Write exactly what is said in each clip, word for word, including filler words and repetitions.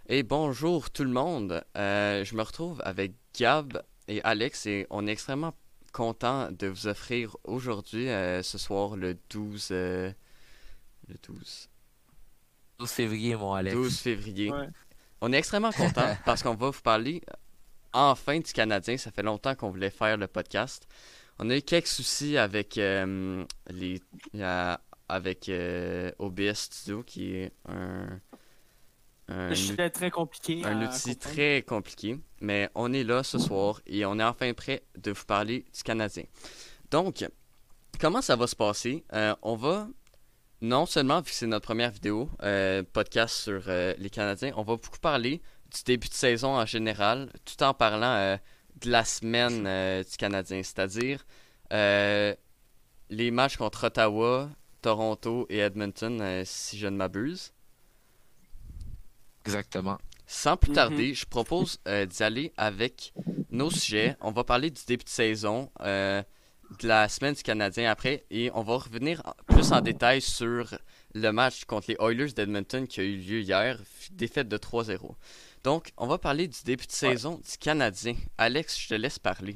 Et bonjour tout le monde. Euh, je me retrouve avec Gab et Alex et on est extrêmement content de vous offrir aujourd'hui, euh, ce soir, le douze, euh, le douze, douze février, mon douze Alex. février. Ouais. On est extrêmement content parce qu'on va vous parler enfin du Canadien. Ça fait longtemps qu'on voulait faire le podcast. On a eu quelques soucis avec euh, les, euh, avec euh, O B S Studio qui est un, un C'était très compliqué un à outil comprendre. très compliqué, mais on est là ce soir et on est enfin prêt de vous parler du Canadien. Donc, comment ça va se passer? Euh, on va, non seulement, vu que c'est notre première vidéo, euh, podcast sur euh, les Canadiens, on va beaucoup parler du début de saison en général, tout en parlant euh, de la semaine euh, du Canadien, c'est-à-dire euh, les matchs contre Ottawa, Toronto et Edmonton, euh, si je ne m'abuse. Exactement. Sans plus Mhm. tarder, je propose euh, d'y aller avec nos sujets. On va parler du début de saison, euh, de la semaine du Canadien après, et on va revenir plus en détail sur le match contre les Oilers d'Edmonton qui a eu lieu hier, défaite de trois zéro. Donc, on va parler du début de Ouais. saison du Canadien. Alex, je te laisse parler.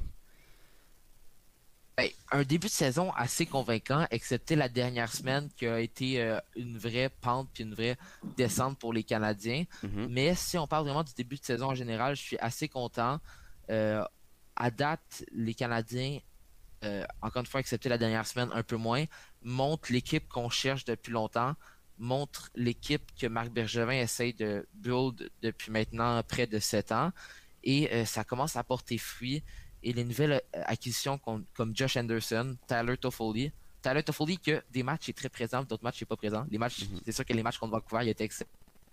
Ben, un début de saison assez convaincant, excepté la dernière semaine qui a été euh, une vraie pente puis une vraie descente pour les Canadiens. Mhm, Mais si on parle vraiment du début de saison en général, je suis assez content. Euh, à date, les Canadiens, euh, encore une fois, excepté la dernière semaine, un peu moins, montrent l'équipe qu'on cherche depuis longtemps, montrent l'équipe que Marc Bergevin essaye de build depuis maintenant près de sept ans. Et euh, ça commence à porter fruit. Et les nouvelles euh, acquisitions comme, comme Josh Anderson, Tyler Toffoli, Tyler Toffoli que des matchs est très présent, d'autres matchs n'est pas présent. Les matchs, mhm. c'est sûr que les matchs contre Vancouver, il était excellent.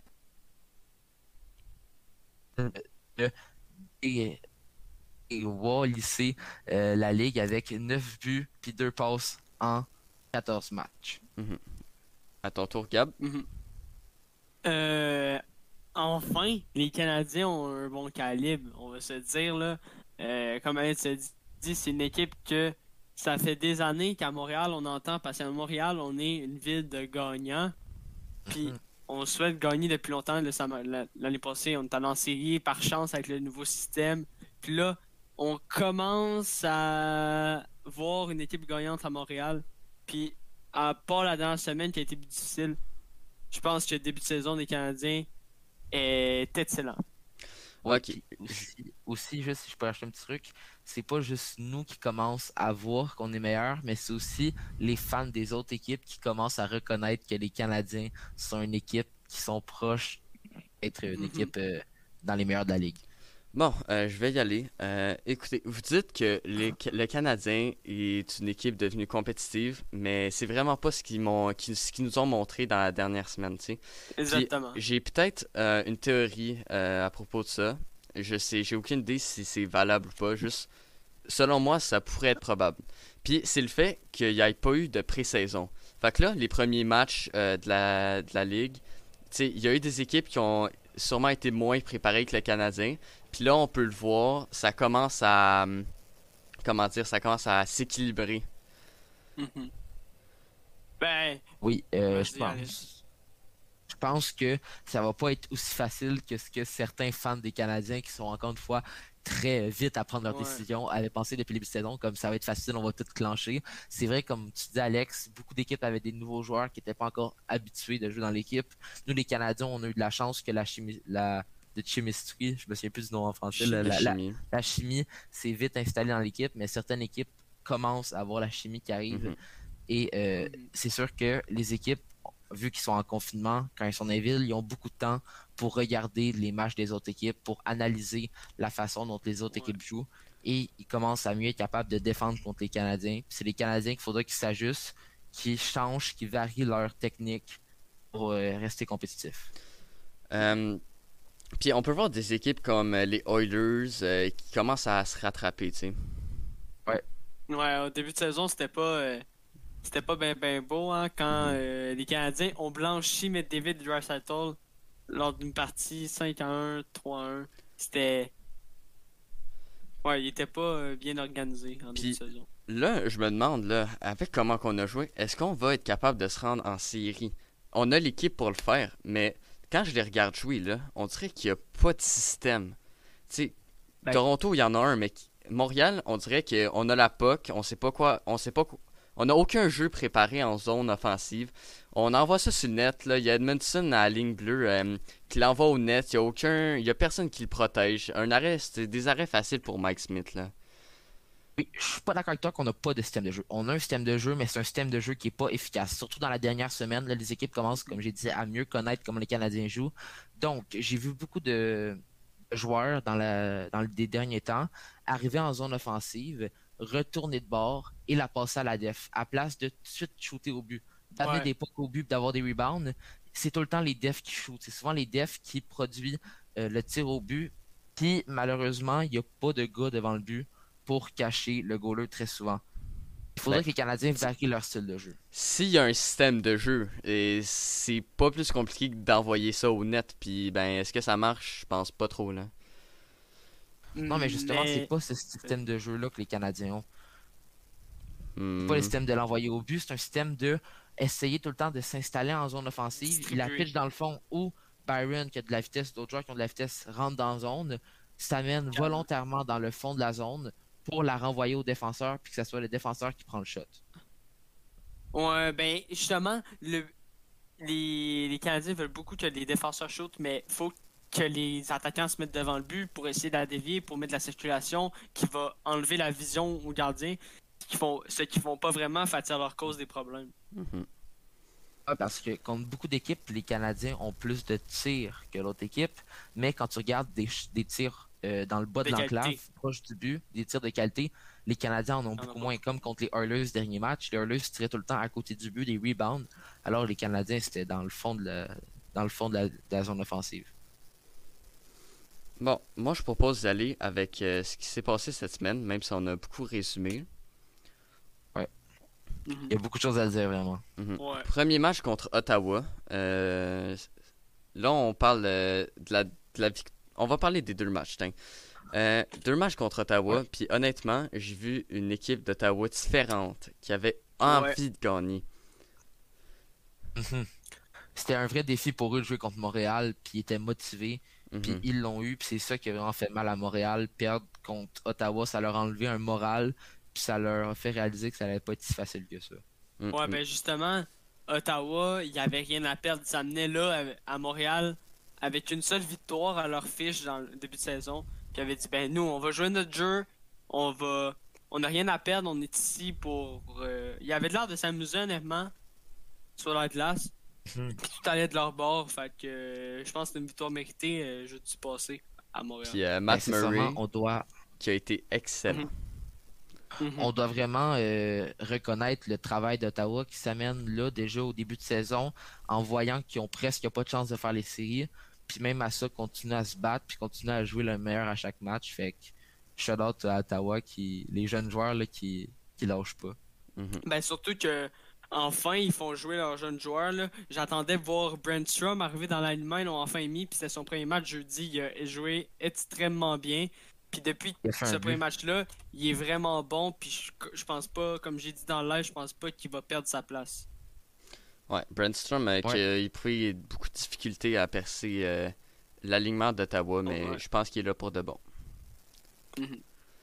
Et, et va lisser euh, la ligue avec neuf buts puis deux passes en quatorze matchs. Mhm. À ton tour, Gab. Mhm. Euh, enfin, les Canadiens ont un bon calibre, on va se dire là. Euh, comme elle se dit, c'est une équipe que ça fait des années qu'à Montréal, on entend, parce qu'à Montréal, on est une ville de gagnants. Puis Mhm. on souhaite gagner depuis longtemps. Là, ça m'a- la- l'année passée, on est allé en série par chance avec le nouveau système. Puis là, on commence à voir une équipe gagnante à Montréal. Puis à part la dernière semaine qui a été plus difficile, je pense que le début de saison des Canadiens est excellent. Oui, Ok. puis Je- aussi, aussi, juste si je peux acheter un petit truc, c'est pas juste nous qui commençons à voir qu'on est meilleur, mais c'est aussi les fans des autres équipes qui commencent à reconnaître que les Canadiens sont une équipe qui sont proches d'être une Mhm. équipe euh, dans les meilleurs de la ligue. Bon, euh, je vais y aller. Euh, écoutez, vous dites que les- le Canadien est une équipe devenue compétitive, mais c'est vraiment pas ce qu'ils m'ont, qui- ce qu'ils nous ont montré dans la dernière semaine, tu sais. Puis Exactement. j'ai peut-être euh, une théorie euh, à propos de ça. Je sais, j'ai aucune idée si c'est valable ou pas. Juste, selon moi, ça pourrait être probable. Puis c'est le fait qu'il n'y ait pas eu de pré-saison. Fait que là, les premiers matchs euh, de la, de la ligue, tu sais, il y a eu des équipes qui ont sûrement été moins préparées que le Canadien. Puis là, on peut le voir, ça commence à, hum, comment dire, ça commence à s'équilibrer. Mhm. Ben, Oui, euh, je vas-y, Alex. pense. Je pense que ça va pas être aussi facile que ce que certains fans des Canadiens qui sont encore une fois très vite à prendre leurs Ouais. décisions avaient pensé depuis le début de saison, comme ça va être facile, on va tout clencher. C'est vrai, comme tu dis Alex, beaucoup d'équipes avaient des nouveaux joueurs qui n'étaient pas encore habitués de jouer dans l'équipe. Nous, les Canadiens, on a eu de la chance que la chimie, la de chemistry, je me souviens plus du nom en français, Chi- la, la la, la, chimie. la chimie s'est vite installée dans l'équipe, mais certaines équipes commencent à avoir la chimie qui arrive. Mhm. Et euh, Mhm. c'est sûr que les équipes, vu qu'ils sont en confinement, quand ils sont dans les villes, ils ont beaucoup de temps pour regarder les matchs des autres équipes, pour analyser la façon dont les autres Ouais. équipes jouent. Et ils commencent à mieux être capables de défendre contre les Canadiens. Puis c'est les Canadiens qu'il faudra qu'ils s'ajustent, qu'ils changent, qu'ils varient leur technique pour euh, rester compétitifs. Euh, Puis on peut voir des équipes comme euh, les Oilers euh, qui commencent à se rattraper, tu sais. Ouais. Ouais, au début de saison, c'était pas, euh, c'était pas ben, ben beau hein, quand Mhm. euh, les Canadiens ont blanchi McDavid et Draisaitl lors d'une partie cinq à un, trois à un. C'était. Ouais, il était pas euh, bien organisé en début de Puis saison. là, je me demande, là, avec comment qu'on a joué, est-ce qu'on va être capable de se rendre en série? On a l'équipe pour le faire, mais quand je les regarde jouer, là, on dirait qu'il n'y a pas de système. Tu sais, Ben- Toronto, il y en a un, mais qui- Montréal, on dirait qu'on a la P O C, on sait pas quoi, on sait pas quoi- on n'a aucun jeu préparé en zone offensive. On envoie ça sur le net, là. Il y a Edmondson à la ligne bleue euh, qui l'envoie au net. Il y a aucun, il y a personne qui le protège. Un arrêt, c'est des arrêts faciles pour Mike Smith, là. Oui, je suis pas d'accord avec toi qu'on n'a pas de système de jeu. On a un système de jeu, mais c'est un système de jeu qui est pas efficace. Surtout dans la dernière semaine, là, les équipes commencent, comme j'ai dit, à mieux connaître comment les Canadiens jouent. Donc, j'ai vu beaucoup de joueurs dans, la, dans les derniers temps arriver en zone offensive, retourner de bord et la passer à la def, à place de tout de suite shooter au but. D'amener Ouais. des pucks au but et d'avoir des rebounds, c'est tout le temps les defs qui shootent. C'est souvent les defs qui produisent euh, le tir au but. Puis, malheureusement, il n'y a pas de gars devant le but pour cacher le goaler très souvent. Il faudrait Ben, que les Canadiens varient leur style de jeu. S'il y a un système de jeu, et c'est pas plus compliqué que d'envoyer ça au net, puis ben, est-ce que ça marche? Je pense pas trop, là. Non, mais justement, Mais- c'est pas ce système de jeu-là que les Canadiens ont. Hmm. C'est pas le système de l'envoyer au but, c'est un système de essayer tout le temps de s'installer en zone offensive. Il la Distribuer. pitch dans le fond où Byron, qui a de la vitesse, d'autres joueurs qui ont de la vitesse, rentrent dans la zone, s'amène volontairement dans le fond de la zone pour la renvoyer au défenseur, puis que ce soit le défenseur qui prend le shot. Ouais, ben justement, le... les... les Canadiens veulent beaucoup que les défenseurs shootent, mais faut que les attaquants se mettent devant le but pour essayer de la dévier, pour mettre de la circulation qui va enlever la vision aux gardiens, ce qui font, ce qui font pas vraiment fait à leur cause des problèmes. Mhm. Ah, parce que contre beaucoup d'équipes, les Canadiens ont plus de tirs que l'autre équipe, mais quand tu regardes des, ch- des tirs euh, dans le bas de, De l'enclave, qualité. proche du but, des tirs de qualité, les Canadiens en ont en beaucoup ont moins, comme contre les Oilers dernier match. Les Oilers tiraient tout le temps à côté du but, des rebounds, alors les Canadiens c'était dans le fond de la, dans le fond de la, de la zone offensive. Bon, moi je propose d'aller avec euh, ce qui s'est passé cette semaine, même si on a beaucoup résumé. Mhm. Il y a beaucoup de choses à dire vraiment. Mhm. Ouais. Premier match contre Ottawa. Euh, là, on parle euh, de la, de la vic- On va parler des deux matchs. tiens. Euh, deux matchs contre Ottawa. Ouais. Puis honnêtement, j'ai vu une équipe d'Ottawa différente qui avait Ouais. envie de gagner. Mhm. C'était un vrai défi pour eux de jouer contre Montréal, puis ils étaient motivés, puis Mhm. ils l'ont eu, puis c'est ça qui a vraiment fait mal à Montréal. Perdre contre Ottawa, ça leur a enlevé un moral, puis ça leur a fait réaliser que ça allait pas être si facile que ça. Mhm. Ouais, ben justement, Ottawa, il n'y avait rien à perdre. Ils s'amenaient là à à Montréal avec une seule victoire à leur fiche dans le début de saison. Puis ils avaient dit, ben nous, on va jouer notre jeu, on va, on n'a rien à perdre, on est ici pour. Euh... Il y avait de l'air de s'amuser honnêtement sur la glace. Mhm. Puis tout allait de leur bord. Fait que euh, je pense que c'est une victoire méritée euh, jeudi passé à Montréal. Puis euh, Matt Nécessairement, Murray on doit, qui a été excellent. Mhm. on doit vraiment euh, reconnaître le travail d'Ottawa qui s'amène là déjà au début de saison en voyant qu'ils ont presque pas de chance de faire les séries. Puis même à ça, continuer à se battre puis continuer à jouer le meilleur à chaque match. Fait que shout out à Ottawa, qui, les jeunes joueurs là, qui, qui lâchent pas. Mhm. Ben surtout que enfin ils font jouer leurs jeunes joueurs là. J'attendais voir Brandstrom arriver dans l'alignement, ils l'ont enfin mis, puis c'était son premier match jeudi, il a joué extrêmement bien. Puis depuis Il a fait ce un premier but. match-là, il est vraiment bon, puis je, je pense pas, comme j'ai dit dans le live, je pense pas qu'il va perdre sa place. Ouais, Brandstrom euh, qui Ouais. a éprouvé beaucoup de difficultés à percer euh, l'alignement d'Ottawa, mais Ouais. je pense qu'il est là pour de bon. Mhm.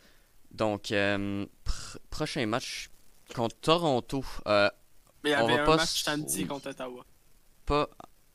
Donc, euh, pr- prochain match contre Toronto. Euh, Mais il y On avait va un pas match s- samedi oui. contre Ottawa. pas.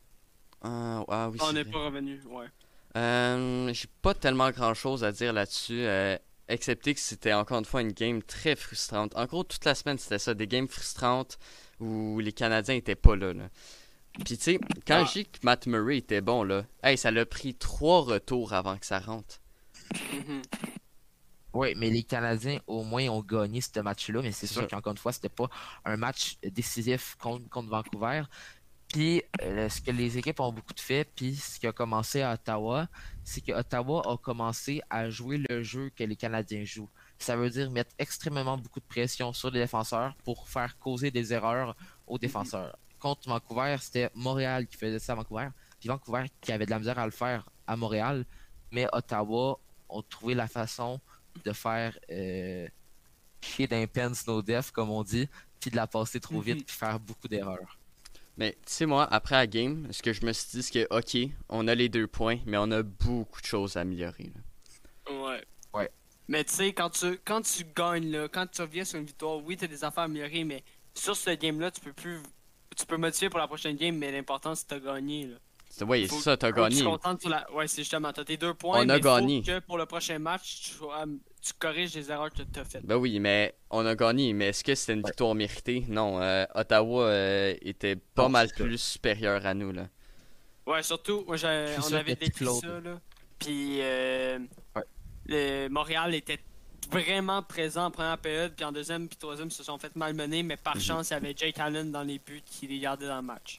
Ah, ah oui, On c'est n'est vrai. pas revenu, ouais. Euh, j'ai pas tellement grand chose à dire là-dessus, euh, excepté que c'était encore une fois une game très frustrante. En gros, toute la semaine, c'était ça, des games frustrantes où les Canadiens étaient pas là. là. Puis tu sais, quand Ah. je dis que Matt Murray était bon, là, hey, ça l'a pris trois retours avant que ça rentre. Mhm. Oui, mais les Canadiens, au moins, ont gagné ce match-là. Mais c'est C'est sûr ça. qu'encore une fois, c'était pas un match décisif contre, contre Vancouver. Puis, euh, ce que les équipes ont beaucoup de fait, puis ce qui a commencé à Ottawa, c'est que Ottawa a commencé à jouer le jeu que les Canadiens jouent. Ça veut dire mettre extrêmement beaucoup de pression sur les défenseurs pour faire causer des erreurs aux défenseurs. Contre Vancouver, c'était Montréal qui faisait ça à Vancouver, puis Vancouver qui avait de la misère à le faire à Montréal, mais Ottawa ont trouvé la façon de faire euh, chier d'un pen snow def, comme on dit, puis de la passer trop vite, Mhm. puis faire beaucoup d'erreurs. Mais tu sais, moi, après la game, ce que je me suis dit, c'est que, ok, on a les deux points, mais on a beaucoup de choses à améliorer. Là. Ouais. Ouais. Mais tu sais, quand tu, quand tu gagnes, là, quand tu reviens sur une victoire, oui, t'as des affaires à améliorer, mais sur ce game-là, tu peux plus. Tu peux modifier pour la prochaine game, mais l'important, c'est que t'as gagné. Là. Oui, c'est ça, t'as faut que tu gagné. te contentes sur la... Ouais, c'est justement, t'as tes deux points, On a mais gagné. faut que pour le prochain match, tu, sois- tu corriges les erreurs que t'as faites. Ben oui, mais on a gagné. Mais est-ce que c'était une Ouais. victoire méritée? Non, euh, Ottawa euh, était pas Non, mal c'est ça. plus supérieur à nous, là. Ouais, surtout, moi, j'ai- Je suis on sûr avait que tu décrit Claude. ça, là. Puis, euh, Ouais. le- Montréal était vraiment présent en première période, puis en deuxième puis troisième, ils se sont fait malmener, mais par Mhm. chance, il y avait Jake Allen dans les buts qui les gardait dans le match.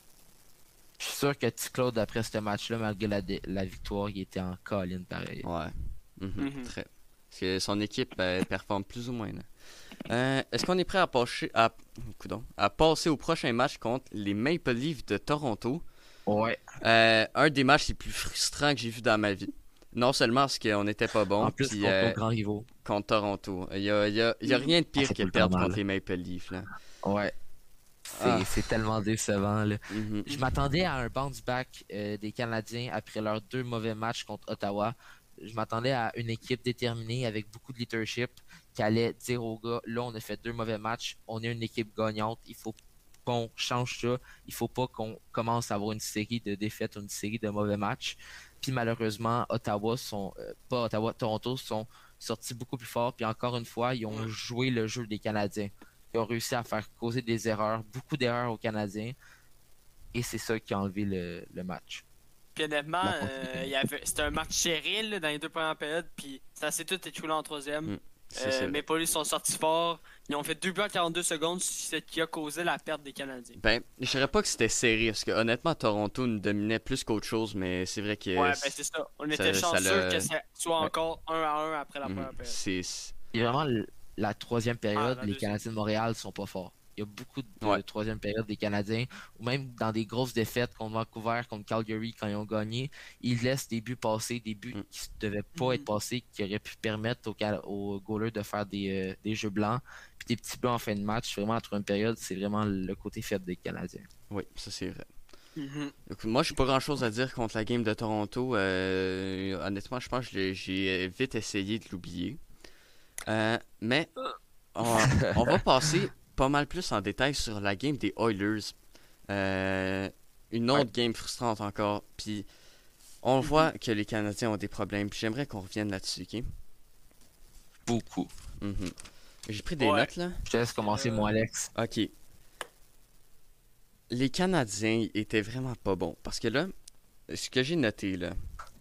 Je suis sûr que T. Claude, après ce match-là, malgré la, dé- la victoire, il était en colline pareil. Ouais. Mhm, Mhm. Très. Parce que son équipe euh, performe plus ou moins, là. Euh, est-ce qu'on est prêt à passer, à... Coudonc, à passer au prochain match contre les Maple Leafs de Toronto? Ouais. Euh, un des matchs les plus frustrants que j'ai vu dans ma vie. Non seulement parce qu'on n'était pas bon, en plus, puis contre euh, nos grands rivaux. contre Toronto. Il y a, il y a- il y a rien de Ah, pire c'est que tout le perdre temps mal. contre les Maple Leafs, là. Ouais. C'est Ah. c'est tellement décevant, là. Mhm. Je m'attendais à un bounce back euh, des Canadiens après leurs deux mauvais matchs contre Ottawa. Je m'attendais à une équipe déterminée avec beaucoup de leadership qui allait dire aux gars, là, on a fait deux mauvais matchs, on est une équipe gagnante, il faut qu'on change ça, il faut pas qu'on commence à avoir une série de défaites, une série de mauvais matchs. Puis malheureusement, Ottawa sont, euh, pas Ottawa, Toronto sont sortis beaucoup plus fort. Puis encore une fois, ils ont Ouais. joué le jeu des Canadiens. Ils ont réussi à faire causer des erreurs, beaucoup d'erreurs aux Canadiens. Et c'est ça qui a enlevé le, le match. Puis honnêtement, La continuité. euh, il y avait... c'était un match stérile là, dans les deux premières périodes, puis ça s'est tout écoulé en troisième. Mm. C'est Euh, ça. mais Maple Leafs sont sortis forts. Ils ont fait deux buts en quarante-deux secondes, ce qui a causé la perte des Canadiens. Ben, je dirais pas que c'était serré, parce que honnêtement, Toronto nous dominait plus qu'autre chose, mais c'est vrai que Ouais, ben c'est ça. On était ça chanceux l'a- que ça soit Ouais. encore un à un après la mhm, première période. c'est... Et vraiment, le- la troisième période, Ah, la les deuxième. Canadiens de Montréal sont pas forts. Il y a beaucoup de Ouais. troisième période des Canadiens, ou même dans des grosses défaites contre Vancouver, contre Calgary quand ils ont gagné, ils laissent des buts passer, des buts Mm. qui ne devaient pas Mhm. être passés, qui auraient pu permettre aux, Cal- aux goalers de faire des, euh, des jeux blancs, puis des petits buts en fin de match. Vraiment, la troisième période, c'est vraiment le côté faible des Canadiens. Oui, ça c'est vrai. Mhm. Donc, moi, j'ai pas grand chose à dire contre la game de Toronto. Euh, honnêtement, je pense que je l'ai- j'ai vite essayé de l'oublier. Euh, mais on, on va passer pas mal plus en détail sur la game des Oilers. Euh, une autre game frustrante encore. Puis on voit que les Canadiens ont des problèmes. Puis j'aimerais qu'on revienne là-dessus, ok? Beaucoup. Mhm. J'ai pris des Ouais. notes là. Je te laisse commencer, Euh, mon Alex. Ok. Les Canadiens étaient vraiment pas bons. Parce que là, ce que j'ai noté là,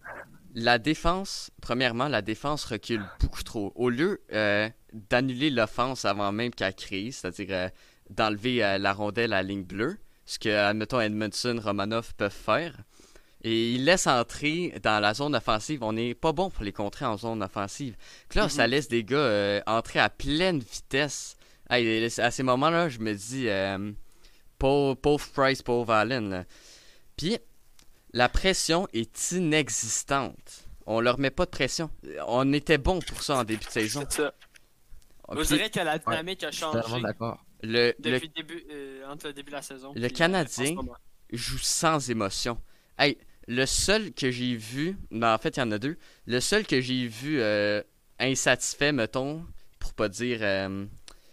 la défense, premièrement, la défense recule beaucoup trop. Au lieu euh, d'annuler l'offense avant même qu'elle crée, c'est-à-dire euh, d'enlever euh, la rondelle à la ligne bleue, ce que, admettons, Edmondson, Romanov peuvent faire, et ils laissent entrer dans la zone offensive. On n'est pas bon pour les contrer en zone offensive. Puis là, Mhm. ça laisse des gars euh, entrer à pleine vitesse. Hey, à ces moments-là, je me dis, euh, pauvre, pauvre Price, pauvre Allen. là. Puis, la pression est inexistante. On leur met pas de pression. On était bon pour ça en début de saison. C'est ça. Puis, On dirait que la dynamique a Je suis vraiment changé d'accord. le, le depuis le début, euh, entre le début de la saison. le puis, euh, Canadien- en ce moment. joue sans émotion. Hey, le seul que j'ai vu, ben en fait, il y en a deux. Le seul que j'ai vu euh, insatisfait, mettons, pour pas dire. Euh,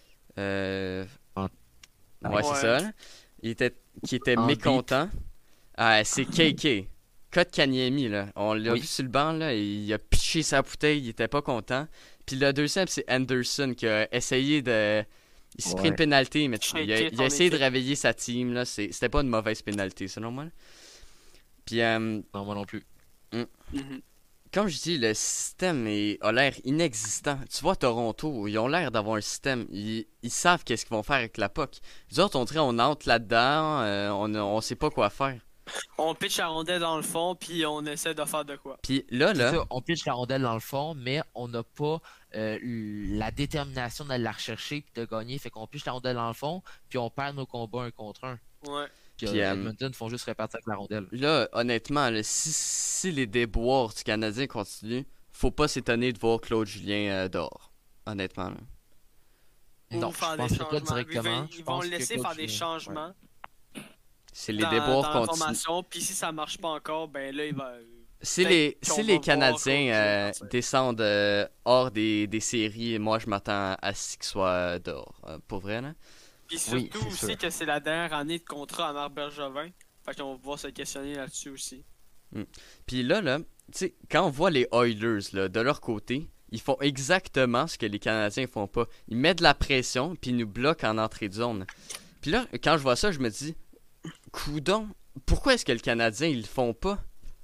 euh, Ah. ouais, Ouais. c'est ça. là. Il était, qui était En mécontent. Ah, c'est K K. Kotkaniemi, là. On l'a Oui. vu sur le banc, là. Il a piché sa bouteille, il était pas content. Puis le deuxième, c'est Anderson qui a essayé de. Il s'est pris Ouais. une pénalité, mais il a, Shaker il a ton essayé de équipe. réveiller sa team, là. C'est- C'était pas une mauvaise pénalité, selon moi. là. Puis, euh, Non, moi non plus. Mhm. comme je dis, le système est, a l'air inexistant. Tu vois, Toronto, ils ont l'air d'avoir un système. Ils, ils savent qu'est-ce qu'ils vont faire avec la P O C. Nous autres, on dirait on entre là-dedans, euh, on, on sait pas quoi faire. On pitch la rondelle dans le fond, puis on essaie de faire de quoi. Puis là, C'est là, ça, on pitche la rondelle dans le fond, mais on n'a pas euh, la détermination d'aller la rechercher et de gagner. Fait qu'on pitche la rondelle dans le fond, puis on perd nos combats un contre un. Ouais. Puis, Puis, euh, euh, Edmonton font juste repartir avec la rondelle. là, honnêtement, là, si, si les déboires du Canadien continuent, faut pas s'étonner de voir Claude Julien euh, dehors. Honnêtement, là. Ou Non, je faire des pense pas changements. directement. Ils vont, Je ils vont pense le que laisser Claude faire des Julien- changements. C'est les dans, déboires dans la continus. formation. Puis si ça marche pas encore, ben là, il va. Si peut-être les, qu'on si va les voir Canadiens qu'on euh, joue, descendent euh, hors des, des séries, moi je m'attends à ce qu'ils soient dehors. Euh, pour vrai, là. Puis Oui, surtout c'est aussi sûr. que c'est la dernière année de contrat à Marc Bergevin. Fait qu'on va pouvoir se questionner là-dessus aussi. Puis là, là, tu sais, quand on voit les Oilers, là, de leur côté, ils font exactement ce que les Canadiens font pas. Ils mettent de la pression, puis ils nous bloquent en entrée de zone. Puis là, quand je vois ça, je me dis, coudon, pourquoi est-ce que le Canadien, ils le font pas?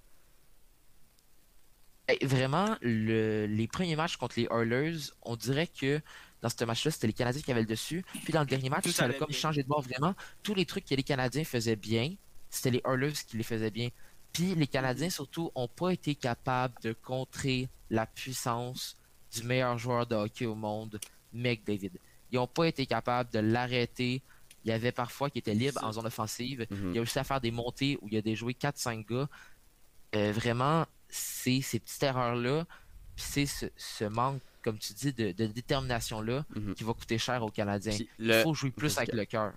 Eh, Vraiment, le- les premiers matchs contre les Oilers, on dirait que dans ce match-là, c'était les Canadiens qui avaient le dessus. Puis dans le dernier match, Tout ça a allait comme bien. changé de bord vraiment. Tous les trucs que les Canadiens faisaient bien, c'était les Oilers qui les faisaient bien. Puis les Canadiens, surtout, n'ont pas été capables de contrer la puissance du meilleur joueur de hockey au monde, McDavid. Ils n'ont pas été capables de l'arrêter. Il y avait parfois qui était libre en zone offensive. Mhm. Il y a aussi à faire des montées où il y a des joués quatre cinq gars. Euh, vraiment, c'est ces petites erreurs-là, puis c'est ce, ce manque, comme tu dis, de, de détermination-là Mhm. qui va coûter cher aux Canadiens. Puis Il le... faut jouer plus avec le cœur.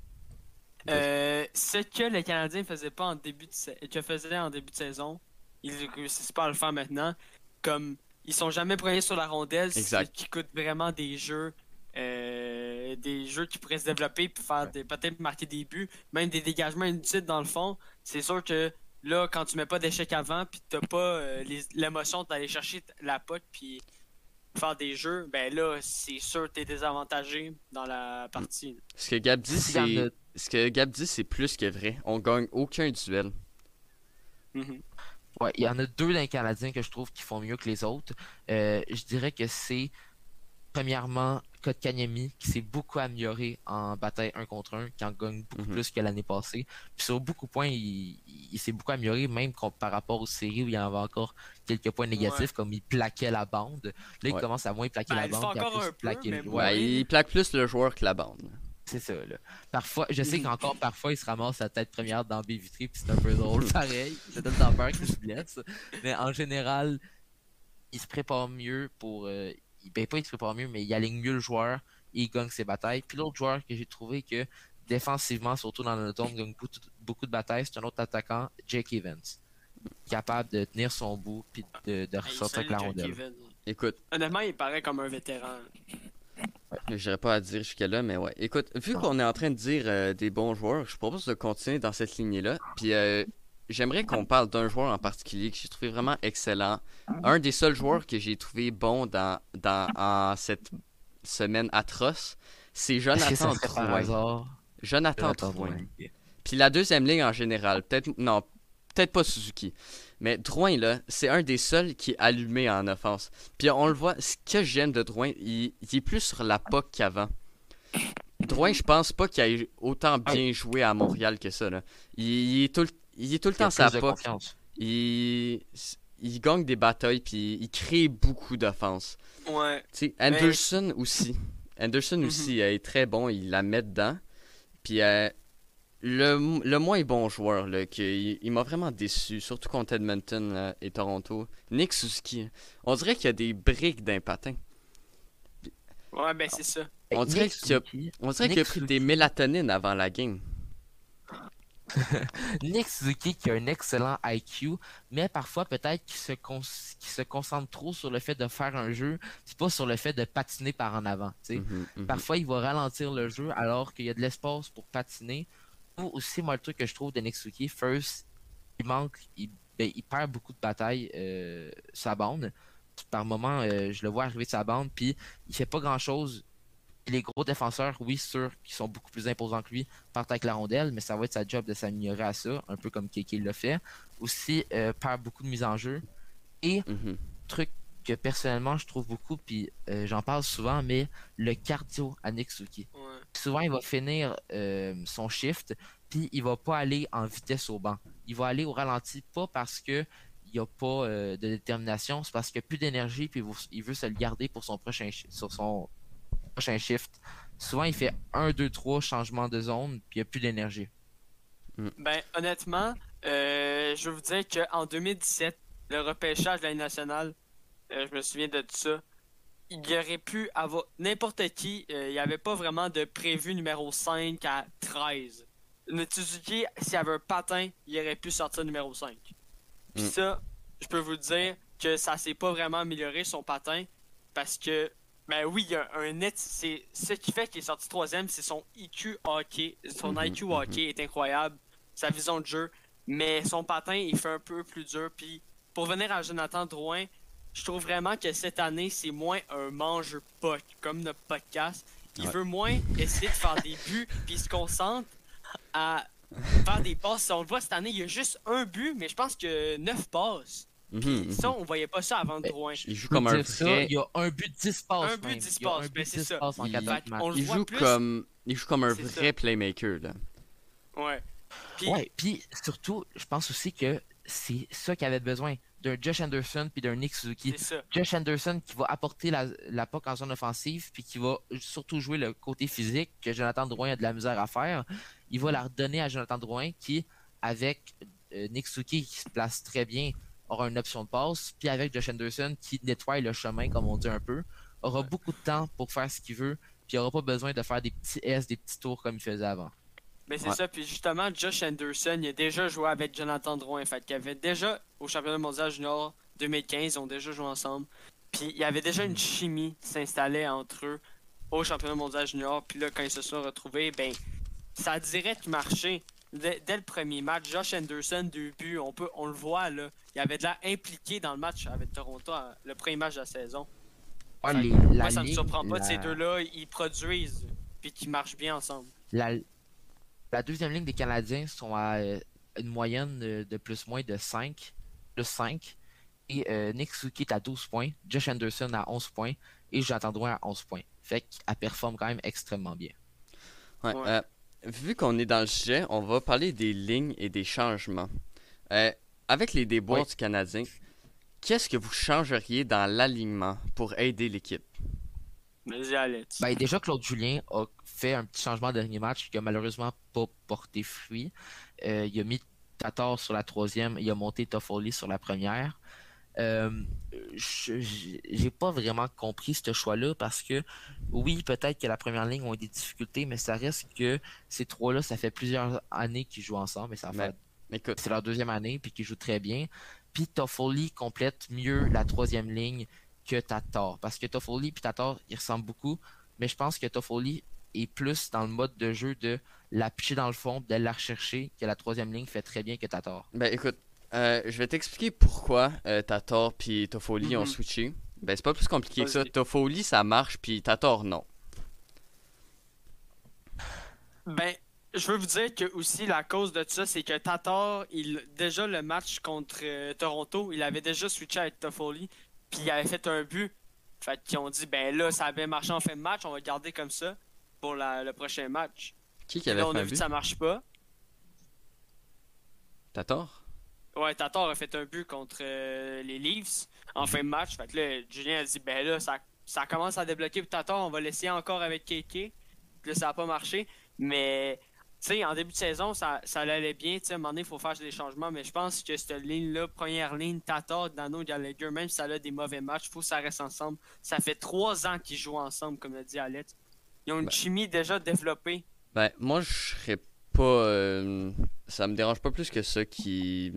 Euh, ce que les Canadiens faisaient pas en début de sa- que faisaient en début de saison, ils réussissent pas à le faire maintenant. Comme ils sont jamais premiers sur la rondelle, ce Exact. qui coûte vraiment des jeux, euh, des jeux qui pourraient se développer puis faire Ouais. des- peut-être marquer des buts, même des dégagements inutiles dans le fond. C'est sûr que là, quand tu mets pas d'échec avant puis t'as pas euh, les- l'émotion d'aller chercher t- la puck puis faire des jeux, ben là, c'est sûr que t'es désavantagé dans la partie. Ce que Gab dit, S'il y en c'est... a- Ce que Gab dit, c'est plus que vrai. On gagne aucun duel. Mhm. Ouais, il y en a deux d'un Canadien que je trouve qui font mieux que les autres. Euh, je dirais que c'est premièrement Kotkaniemi qui s'est beaucoup amélioré en bataille un contre un, qui en gagne beaucoup Mhm. plus que l'année passée. Puis sur beaucoup de points, il, il s'est beaucoup amélioré, même com- par rapport aux séries où il y avait encore quelques points négatifs, Ouais. comme il plaquait la bande. Là, il Ouais. commence à moins plaquer Ben, la il le fait bande, puis à encore plus un peu, plaquer mais le moins. ouais, Ouais, il plaque plus le joueur que la bande. c'est ça, là. Parfois, je sais Mhm. qu'encore parfois, il se ramasse la tête première dans baie vitrée, puis c'est un peu drôle, pareil. Ça donne dans peur qu'il se blesse. Mais en général, il se prépare mieux pour. Euh, il, ben, pas il se prépare mieux, mais il aligne mieux le joueur et il gagne ses batailles. Puis l'autre joueur que j'ai trouvé que défensivement, surtout dans le dôme, gagne beaucoup, beaucoup de batailles, c'est un autre attaquant, Jake Evans. Capable de tenir son bout puis de, de Hey, ressortir avec salut, la Jack rondelle. Evans. Écoute, Honnêtement, il paraît comme un vétéran. j'irai pas à dire jusque-là, mais ouais. Écoute, vu qu'on est en train de dire euh, des bons joueurs, je propose de continuer dans cette lignée-là. Puis euh, j'aimerais qu'on parle d'un joueur en particulier que j'ai trouvé vraiment excellent. Un des seuls joueurs que j'ai trouvé bon dans, dans en cette semaine atroce, c'est Est-ce que ça Jonathan serait par Drouin. hasard? Jonathan Jonathan Drouin. Drouin. Puis la deuxième ligne en général, peut-être non, peut-être pas Suzuki. Mais Drouin, là, c'est un des seuls qui est allumé en offense. Puis on le voit, ce que j'aime de Drouin, il, il est plus sur la puck qu'avant. Drouin, je pense pas qu'il ait autant bien joué à Montréal que ça. Là. Il, il est tout le, il est tout le Il a temps sa plus de puck. confiance. Il, il gagne des batailles, puis il crée beaucoup d'offenses. Ouais. Tu sais, Anderson aussi. Anderson Mhm. aussi euh, est très bon, il la met dedans. Puis euh, le, le moins bon joueur, là, que, il, il m'a vraiment déçu, surtout contre Edmonton euh, et Toronto, Nick Suzuki. On dirait qu'il y a des briques d'un patin. Ouais, ben c'est ça. On dirait Nick qu'il y a- Suzuki- On dirait Nick qu'il a pris des Suzuki- mélatonines avant la game. Nick Suzuki qui a un excellent I Q, mais parfois peut-être qu'il se, con- qu'il se concentre trop sur le fait de faire un jeu, c'est pas sur le fait de patiner par en avant. tu sais. Mhm, mhm. Parfois, il va ralentir le jeu alors qu'il y a de l'espace pour patiner. Ou aussi, moi, le truc que je trouve de Nick Suzuki, first, il manque, il, ben, il perd beaucoup de batailles euh, sa bande. Par moment, euh, je le vois arriver de sa bande, puis il fait pas grand-chose. Les gros défenseurs, oui, sûr, qui sont beaucoup plus imposants que lui, partent avec la rondelle, mais ça va être sa job de s'améliorer à ça, un peu comme Keke l'a fait. Aussi, euh, perd beaucoup de mise en jeu. Et Mhm. truc que personnellement je trouve beaucoup, puis euh, j'en parle souvent, mais le cardio à Nick Suzuki. Ouais. Souvent, il va finir euh, son shift, puis il va pas aller en vitesse au banc. Il va aller au ralenti, pas parce que il n'y a pas euh, de détermination, c'est parce qu'il n'y a plus d'énergie, puis il veut, il veut se le garder pour son prochain, shi- sur son prochain shift. Souvent, il fait un, deux, trois changements de zone, puis il n'y a plus d'énergie. Ben, honnêtement, euh, je veux vous dire qu'en deux mille dix-sept, le repêchage de la Ligue nationale, euh, je me souviens de tout ça, il y aurait pu avoir n'importe qui, euh, il n'y avait pas vraiment de prévu numéro cinq à treize. Suzuki, s'il avait un patin, il aurait pu sortir numéro cinq. Puis Mm. ça, je peux vous dire que ça s'est pas vraiment amélioré son patin parce que, ben oui, il y a un net. C'est ce qui fait qu'il est sorti troisième, c'est son I Q hockey. Son Mhm, I Q mhm. hockey est incroyable, sa vision de jeu, mais son patin, il fait un peu plus dur. Puis pour venir à Jonathan Drouin, je trouve vraiment que cette année, c'est moins un mange-poc, comme notre podcast. Il Ouais. veut moins essayer de faire des buts, puis il se concentre à faire des passes. On le voit cette année, il y a juste un but, mais je pense que neuf passes. Mhm, Puis mhm. ça, on voyait pas ça avant de Ben, Drouin. Il joue Je peux comme un dire ça, vrai. il y a un but dix passes Un but, même. dix Il y a un passes, but ben, c'est dix ça. passes en Il- quatre Fait matchs. qu'on le Il voit joue plus. comme. Il joue comme un C'est vrai ça. playmaker, là. Ouais. Puis, Ouais, puis surtout, je pense aussi que c'est ça qu'il avait besoin d'un Josh Anderson puis d'un Nick Suzuki. c'est ça. Josh Anderson qui va apporter la, la puck en zone offensive puis qui va surtout jouer le côté physique que Jonathan Drouin a de la misère à faire. Il va la redonner à Jonathan Drouin qui, avec euh, Nick Suzuki qui se place très bien, aura une option de passe. Puis avec Josh Anderson qui nettoie le chemin, comme on dit un peu, aura Ouais. beaucoup de temps pour faire ce qu'il veut. Puis il n'aura pas besoin de faire des petits S, des petits tours comme il faisait avant. Mais c'est Ouais. ça. Puis justement, Josh Anderson, il a déjà joué avec Jonathan Drouin. Fait qu'il avait déjà, au championnat mondial junior deux mille quinze, ils ont déjà joué ensemble. Puis il y avait déjà une chimie qui s'installait entre eux au championnat mondial junior. Puis là, quand ils se sont retrouvés, ben, ça a direct marché. Dès, dès le premier match, Josh Anderson, deux buts, on, peut, on le voit, là. Il avait de l'air impliqué dans le match avec Toronto, hein, le premier match de la saison. Ouais, Fait les- que la Moi, ça me ligne, surprend pas de ces la- deux-là. Ils produisent, puis qu'ils marchent bien ensemble. La, la deuxième ligne des Canadiens sont à euh, une moyenne de, de plus-moins de cinq, plus cinq. Et euh, Nick Suzuki est à douze points, Josh Anderson à onze points et Jonathan Drouin à onze points. Fait qu'elle performe quand même extrêmement bien. Ouais, Ouais. euh, vu qu'on est dans le sujet, on va parler des lignes et des changements. Euh, avec les déboires Oui. du Canadien, qu'est-ce que vous changeriez dans l'alignement pour aider l'équipe? Vas-y, Alex. Ben, déjà, Claude Julien a fait un petit changement de dernier match qui a malheureusement pas porté fruit. Euh, il a mis Tatar sur la troisième, il a monté Toffoli sur la première. Euh, je- j'ai j'ai pas vraiment compris ce choix-là parce que oui, peut-être que la première ligne ont eu des difficultés, mais ça reste que ces trois-là, ça fait plusieurs années qu'ils jouent ensemble et ça Mais- fait Écoute, c'est leur deuxième année puis qu'ils jouent très bien. Puis Toffoli complète mieux la troisième ligne que Tatar parce que Toffoli puis Tatar ils ressemblent beaucoup, mais je pense que Toffoli est plus dans le mode de jeu de la picher dans le fond, de la rechercher, que la troisième ligne fait très bien que Tatar. ben écoute, euh, je vais t'expliquer pourquoi euh, Tatar puis Toffoli ont Mhm. switché. Ben c'est pas plus compliqué que ça. Vas-y. Toffoli ça marche puis Tatar non. Ben, je veux vous dire que aussi la cause de ça, c'est que Tatar, il, déjà le match contre euh, Toronto, il avait déjà switché avec Toffoli, puis il avait fait un but. Fait qu'ils ont dit, ben là, ça avait marché en fin de match, on va le garder comme ça pour la- le prochain match. Qui qui Puis avait là, on fait a un vu but? que ça marche pas. Tatar? Ouais, Tatar a fait un but contre euh, les Leafs en fin de match. Fait que là, Julien a dit, ben là, ça, ça commence à débloquer pour Tatar, on va l'essayer encore avec K K. Puis là, ça a pas marché. Mais, tu sais, en début de saison, ça, ça allait bien. Tu sais, à un moment donné, il faut faire des changements. Mais je pense que cette ligne-là, première ligne, Tatar, Dano, Gallagher, même si ça a des mauvais matchs, il faut que ça reste ensemble. Ça fait trois ans qu'ils jouent ensemble, comme l'a dit Alex. Ils ont une Ben. chimie déjà développée. Ben moi je serais pas. euh, ça me dérange pas plus que ça qui.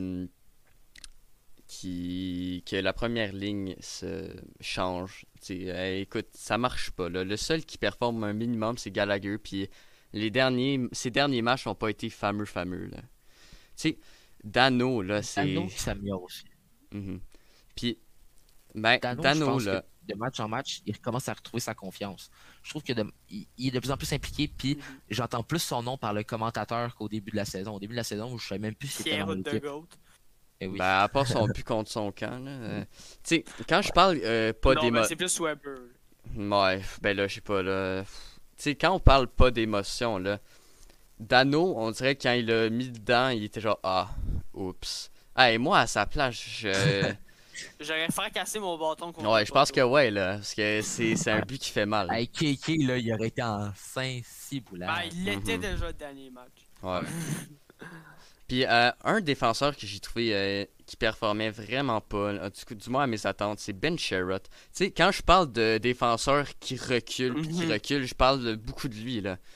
qui que la première ligne se change. Tu sais, euh, écoute, ça marche pas là. Le seul qui performe un minimum c'est Gallagher puis les derniers ces derniers matchs n'ont pas été fameux fameux là. Tu sais, Dano là c'est Dano qui s'améliore aussi. Mhm. Puis ben Dano, Dano, je pense là que de match en match, il commence à retrouver sa confiance. Je trouve que de- il, il est de plus en plus impliqué, puis Mhm. j'entends plus son nom par le commentateur qu'au début de la saison. Au début de la saison, je savais même plus si c'était Pierre dans de l'équipe. Goat. Eh oui. ben à part son but contre son camp là. euh, tu sais, quand je parle euh, pas Non, d'émo- ben, c'est plus Weber. Ouais, ben là, je sais pas, là. Tu sais, quand on parle pas d'émotion, là, Dano, on dirait que quand il a mis dedans, il était genre, ah, oups. Ah, et moi, à sa place, je. J'aurais fracassé mon bâton contre Ouais, le je pense que poteau. ouais, là. Parce que c'est c'est un but qui fait mal. Avec K K, là, il aurait été en cinq six boulard. Ben, il l'était Mhm. déjà le dernier match. Ouais. Puis, euh, un défenseur que j'ai trouvé euh, qui performait vraiment pas, là, du, coup, du moins à mes attentes, c'est Ben Sherratt. Tu sais, quand je parle de défenseur qui recule, puis qui Mhm. recule, je parle de beaucoup de lui, là.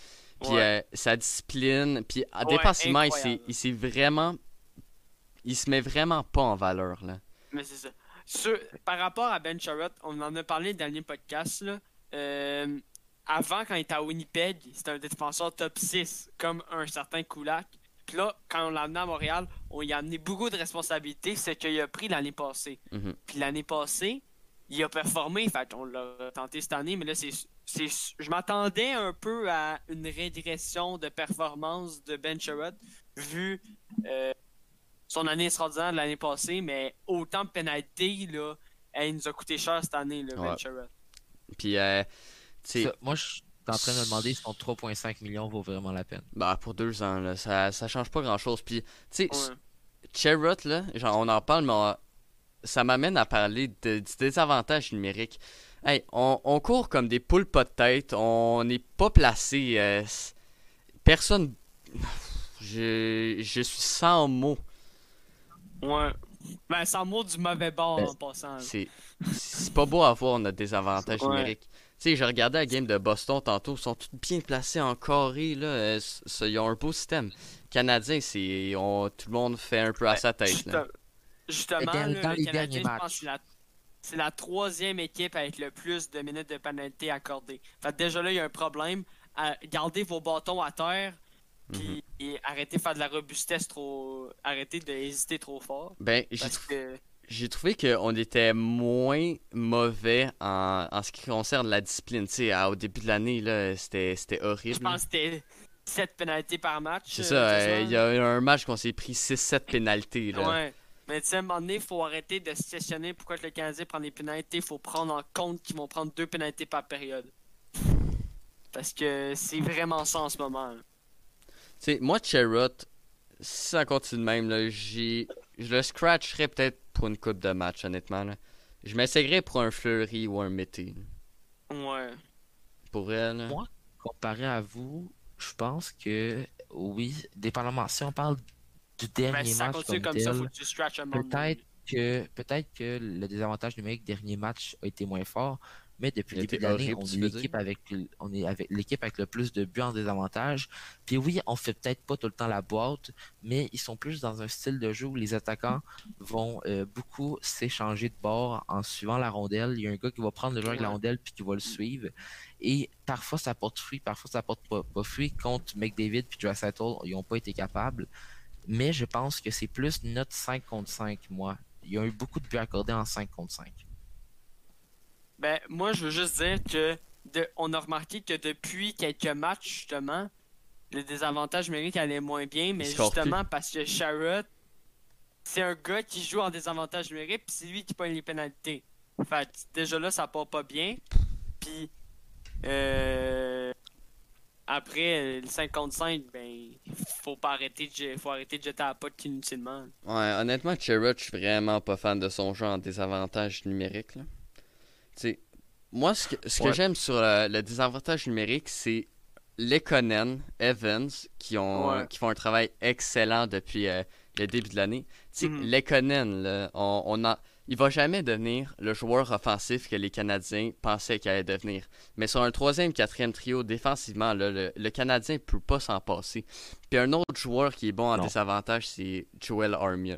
Puis Ouais. euh, sa discipline, puis euh, Ouais, défensivement, il s'est, incroyable. il s'est vraiment... Il se met vraiment pas en valeur, là. Mais c'est ça. Sur- par rapport à Ben Sherratt, on en a parlé dans le dernier podcast, là. Euh, avant, quand il était à Winnipeg, c'était un défenseur top six, comme un certain Kulak. Puis là, quand on l'a amené à Montréal, on y a amené beaucoup de responsabilités, c'est qu'il a pris l'année passée. Mhm. Puis l'année passée, il a performé, fait on l'a tenté cette année, mais là, c'est, c'est, je m'attendais un peu à une régression de performance de Ben Sherratt, vu euh, son année extraordinaire de l'année passée, mais autant de pénalités, là, elle nous a coûté cher cette année, là, Ouais. Ben Sherratt. Puis, euh, tu sais, Ça, moi, je suis en train de me demander si son trois virgule cinq millions vaut vraiment la peine. bah, pour deux ans, là, ça, ça change pas grand-chose. Puis, tu sais, Ouais. Sherratt, là, genre, on en parle, mais on- ça m'amène à parler de- du désavantage numérique. Hey, on, on court comme des poules pas de tête, on n'est pas placé. euh, s- personne. Je, je suis sans mots. Ouais. Ben, sans mot du mauvais bord Ben, en passant. là. C'est c'est pas beau à voir notre désavantage Ouais. numérique. Tu sais, j'ai regardé la game de Boston tantôt, ils sont tous bien placés en carré, là. euh, s- s- Ils ont un beau système. Canadien, c'est. on- Tout le monde fait un peu à Ben, sa tête, juste- là. justement, Dans- là, dans le les Canadien, derniers je pense matchs. que c'est la, c'est la troisième équipe avec le plus de minutes de pénalité accordées. Fait que déjà là, il y a un problème. À garder vos bâtons à terre, puis et arrêtez de faire de la robustesse trop. Arrêtez d'hésiter trop fort. Ben, j'ai Parce trou- que. j'ai trouvé qu'on était moins mauvais en, en ce qui concerne la discipline. Tu sais, à- au début de l'année, là, c'était c'était Je horrible. pense que c'était sept pénalités par match. C'est euh, ça, euh, il quasiment. y a eu un match qu'on s'est pris six sept pénalités, là. Ouais. Mais tu sais, à un moment donné, il faut arrêter de se questionner pourquoi que le Canadien prend des pénalités. Il faut prendre en compte qu'ils vont prendre deux pénalités par période. Parce que c'est vraiment ça en ce moment. là. Tu sais, moi, Sherratt, si ça continue de même, là, j'ai... je le scratcherais peut-être pour une coupe de match, honnêtement, là. Je m'essayerais pour un Fleury ou un Mété. Ouais. Pour elle, là. Moi, comparé à vous, je pense que oui, dépendamment, si on parle du Ben, dernier si ça match continue comme comme ça, tel, faut que tu scratches un moment peut-être donné. que peut-être que le désavantage numérique dernier match a été moins fort, mais depuis Il a le début été de l'année, horrible, on tu est veux l'équipe dire? avec le- on est avec l'équipe avec le plus de buts en désavantage. Puis oui, on fait peut-être pas tout le temps la boîte, mais ils sont plus dans un style de jeu où les attaquants vont euh, beaucoup s'échanger de bord en suivant la rondelle. Il y a un gars qui va prendre le joueur avec la Ouais. rondelle puis qui va le suivre. Et parfois ça porte fruit, parfois ça porte pas, pas fruit. Contre McDavid puis Draisaitl, ils n'ont pas été capables. Mais je pense que c'est plus notre cinq contre cinq, moi. Il y a eu beaucoup de buts accordés en cinq contre cinq. Ben, moi, je veux juste dire que de, on a remarqué que depuis quelques matchs, justement, le désavantage numérique allait moins bien, mais score plus. justement parce que Sherratt, c'est un gars qui joue en désavantage numérique, puis c'est lui qui pogne les pénalités. Fait que déjà là, ça part pas bien. Puis, euh, après, le cinq contre cinq, ben, faut pas arrêter de, je- faut arrêter de jeter à la pote inutilement. Ouais, honnêtement, Sherratt, je suis vraiment pas fan de son jeu en désavantage numérique, là. Tu sais, moi, ce que, ce que Ouais. j'aime sur le, le désavantage numérique, c'est Lekonen, Evans, qui, ont, Ouais. qui font un travail excellent depuis euh, le début de l'année. Tu sais, Mhm. Lekonen, là, on, on a, il va jamais devenir le joueur offensif que les Canadiens pensaient qu'il allait devenir. Mais sur un troisième, quatrième trio, défensivement, là, le, le Canadien peut pas s'en passer. Puis un autre joueur qui est bon en Non. désavantage, c'est Joel Armia.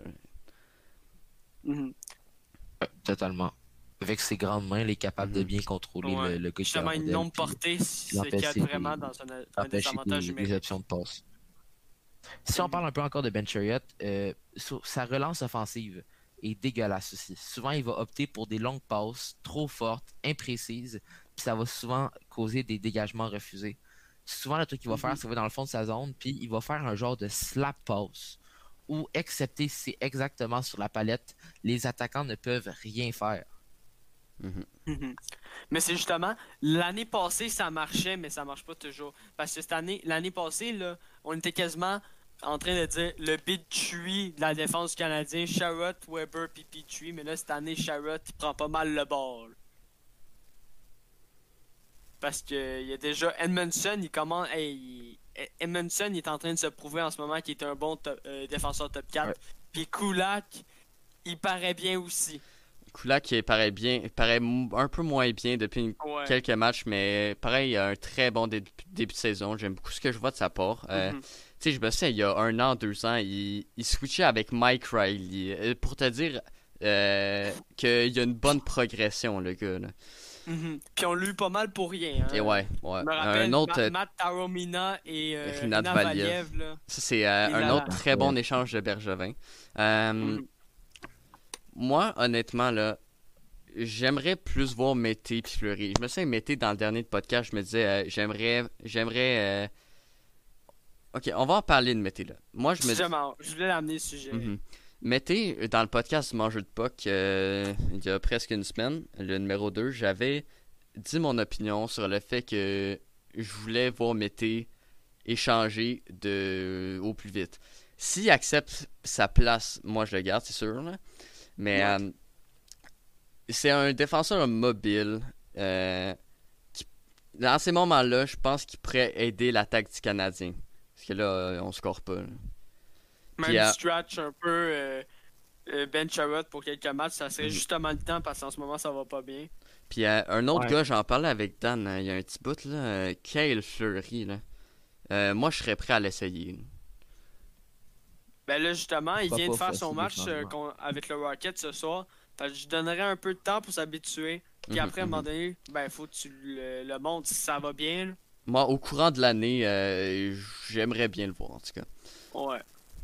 Mhm. Ouais, totalement. Avec ses grandes mains, il est capable de Mhm. bien contrôler Ouais. le, le gars qui a Justement, la une rondelle, longue puis portée, c'est ce qui l'empêcher aide vraiment des- dans un, un empêcher désavantage des, des numérique. options de passe. Si on parle un peu encore de Ben Sherratt, euh, sur- sa relance offensive est dégueulasse aussi. Souvent, il va opter pour des longues passes trop fortes, imprécises, puis ça va souvent causer des dégagements refusés. Souvent, le truc qu'il va Mhm. faire, c'est qu'il va dans le fond de sa zone, puis il va faire un genre de slap pass, où, excepté si c'est exactement sur la palette, les attaquants ne peuvent rien faire. Mhm. Mais c'est justement, l'année passée, ça marchait, mais ça marche pas toujours. Parce que cette année, l'année passée, là, on était quasiment en train de dire le Petrie de la défense canadienne, Sherratt, Weber, puis Petrie. Mais là, cette année, Sherratt, il prend pas mal le bord. là. Parce que il y a déjà Edmondson, il commence. Hey, il- Edmondson, il est en train de se prouver en ce moment qu'il est un bon top- euh, défenseur top quatre. Ouais. Puis Kulak, il paraît bien aussi. Kulak qui paraît bien, paraît m- un peu moins bien depuis une- Ouais. quelques matchs, mais pareil, il a un très bon dé- début de saison. J'aime beaucoup ce que je vois de sa part. Euh, Mhm. Tu sais, je me souviens, il y a un an, deux ans, il, il switchait avec Mike Riley. Euh, Pour te dire euh, qu'il y a une bonne progression, le gars. Là. Mhm. Puis on l'a eu pas mal pour rien. Hein. Et ouais, ouais. Je me rappelle, Un autre, Ma- euh, Matt Taromina et euh, Rinat Rina Valiev. Valiev. Là. ça c'est euh, Et un là, autre là. très bon échange de Bergevin. Euh, Mhm. Moi, honnêtement, là, j'aimerais plus voir Mété puis Fleury. Je me souviens, Mété, dans le dernier podcast, je me disais, euh, j'aimerais, j'aimerais... euh, Ok, on va en parler de Mété, là. Moi, je me dis... Justement, je voulais l'amener ce sujet. Mhm. Mété, dans le podcast Mangeur de Puck, euh, il y a presque une semaine, le numéro deux, j'avais dit mon opinion sur le fait que je voulais voir Mété échanger de... au plus vite. S'il accepte sa place, moi je le garde, c'est sûr, là. Mais Ouais. euh, c'est un défenseur mobile. euh, qui- dans ces moments-là, je pense qu'il pourrait aider l'attaque du Canadien. Parce que là, euh, on score pas. là. Même Puis, euh, stretch un peu euh, euh, Ben Sherrod pour quelques matchs, ça serait Mhm. justement le temps parce qu'en ce moment ça va pas bien. Puis euh, un autre Ouais. gars, j'en parlais avec Dan, euh, il y a un petit bout, là, euh, Kyle Fleury. Là. Euh, moi, je serais prêt à l'essayer. là. Ben là justement, il Pas vient de pas faire facile, son le match euh, changement. con- avec le Rocket ce soir. Fait que je donnerais un peu de temps pour s'habituer. Puis Mhm, après, à un mhm. moment donné, ben faut que tu le, le montres si ça va bien. là. Moi, au courant de l'année, euh, j'aimerais bien le voir, en tout cas. Ouais.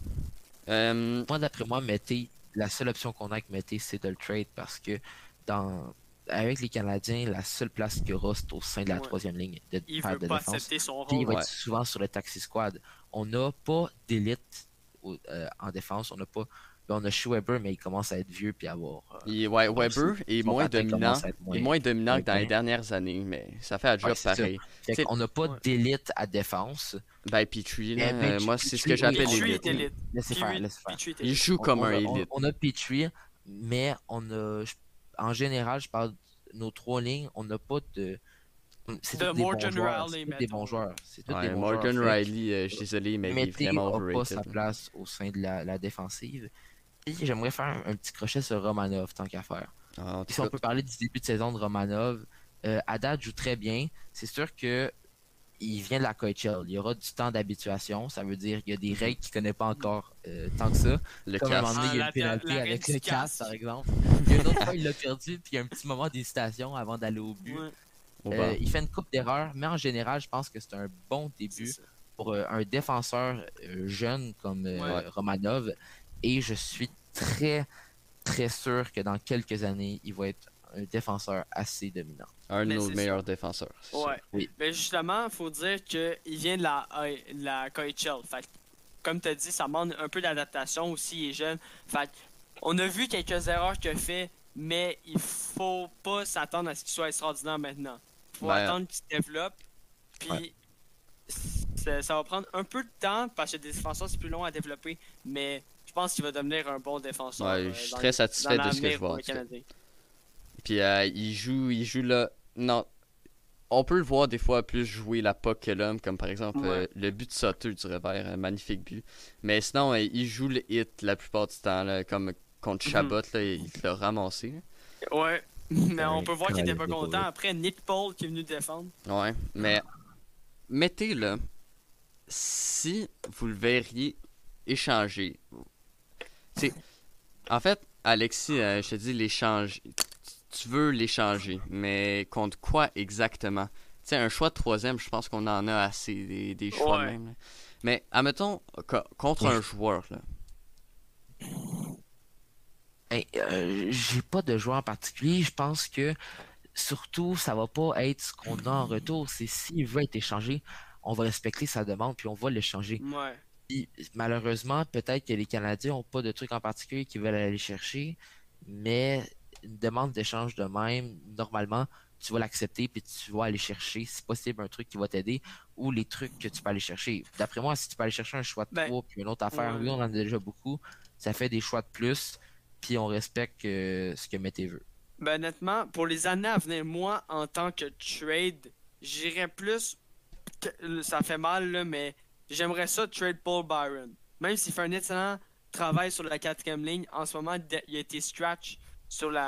Euh, Moi, d'après moi, Mété, la seule option qu'on a avec Mété, c'est de le trade parce que dans avec les Canadiens, la seule place qu'il y aura, c'est au sein de la Ouais. troisième ligne de, Il paire veut de pas défense. accepter son Puis il rôle. va Ouais. être souvent sur le taxi squad. On n'a pas d'élite au- euh, en défense. On n'a pas. Ben, on a Schweber, mais il commence à être vieux puis à avoir. euh, il- ouais, donc, Weber son- est son moins patin dominant. commence à être Il moins- est moins dominant moins que dans les bien. dernières années, mais ça fait un job Ouais, c'est ça. pareil. Fait T'sais, qu'on n'a pas ouais. d'élite à défense. Ben, Petrie, là, Eh ben, euh, moi, Petrie- c'est ce que j'appelle Petrie élite. est élite. Laissez faire, laissez faire. Petrie est Il élite. joue comme on, un on a, élite. on a Petrie, mais on a. je- En général, je parle de nos trois lignes, on n'a pas de. C'est De tous des bons Morgan joueurs. Riley, C'est tous des mettons. bons joueurs. C'est tous Ouais, des bons Morgan joueurs. Fait que Riley, euh, je suis désolé, mais il est Mété vraiment n'a pas overrated. sa là. place au sein de la, la défensive. Et j'aimerais faire un, un petit crochet sur Romanov, tant qu'à faire. Ah, en tout Si on cas, peut parler du début de saison de Romanov, euh, Haddad joue très bien. C'est sûr que il vient de la K H L. Il y aura du temps d'habituation. Ça veut dire qu'il y a des règles qu'il ne connaît pas encore euh, tant que ça. le Comme à un casse. moment donné, il y a Ah, une pénalité la- la avec règle le du casse, casse. par exemple. Il y a une autre fois, il l'a perdu, puis il y a un petit moment d'hésitation avant d'aller au but. Ouais, Au Euh, banc. il fait une coupe d'erreurs, mais en général, je pense que c'est un bon c'est début ça. pour euh, un défenseur euh, jeune comme euh, Ouais. Romanov. Et je suis très, très sûr que dans quelques années, il va être un défenseur assez dominant. Un de Mais nos c'est meilleurs défenseurs. c'est sûr. Ouais. Oui. Mais justement, faut dire qu'il vient de la, euh, de la K H L. Fait que, comme tu as dit, ça demande un peu d'adaptation aussi, il est jeune. Fait que, on a vu quelques erreurs qu'il a fait, mais il faut pas s'attendre à ce qu'il soit extraordinaire maintenant. Faut Ben, attendre qu'il se développe. Puis Ouais. ça, ça va prendre un peu de temps parce que des défenseurs c'est plus long à développer, mais je pense qu'il va devenir un bon défenseur. Ouais, euh, je suis dans- très satisfait dans de ce que je l'avenir vois. pour en le tout cas. Canadien. Puis euh, il joue, il joue là. Non, on peut le voir des fois plus jouer la puck que l'homme, comme par exemple Ouais. euh, le but de Sauter du revers, un magnifique but. Mais sinon, euh, il joue le hit la plupart du temps, là, comme contre Mhm. Chabot, là, il l'a ramassé. Ouais. Mais on Ouais, peut voir qu'il était pas ouais, content. ouais. Après, Nick Paul qui est venu défendre. Ouais, mais mettez là, si vous le verriez échanger. Tu sais, en fait, Alexis, euh, je te dis l'échange. Tu veux l'échanger, mais contre quoi exactement? Tu sais, un choix de troisième, je pense qu'on en a assez, des, des choix Ouais. même. là. Mais, admettons, co- contre Ouais. un joueur, là. Hey, euh, j'ai pas de joueur en particulier. Je pense que surtout, ça va pas être ce qu'on a en retour. C'est s'il veut être échangé, on va respecter sa demande puis on va l'échanger. Ouais. Puis, malheureusement, peut-être que les Canadiens ont pas de trucs en particulier qu'ils veulent aller chercher, mais une demande d'échange de même, normalement, tu vas l'accepter puis tu vas aller chercher, si possible, un truc qui va t'aider ou les trucs que tu peux aller chercher. D'après moi, si tu peux aller chercher un choix de Ben, trois puis une autre affaire, ouais. oui, on en a déjà beaucoup, ça fait des choix de plus puis on respecte euh, ce que Mété veut. Ben honnêtement, pour les années à venir, moi, en tant que trade, j'irais plus. que- Ça fait mal, là, mais j'aimerais ça trade Paul Byron. Même s'il fait un excellent travail sur la quatrième ligne, en ce moment, de- il a été scratch sur la,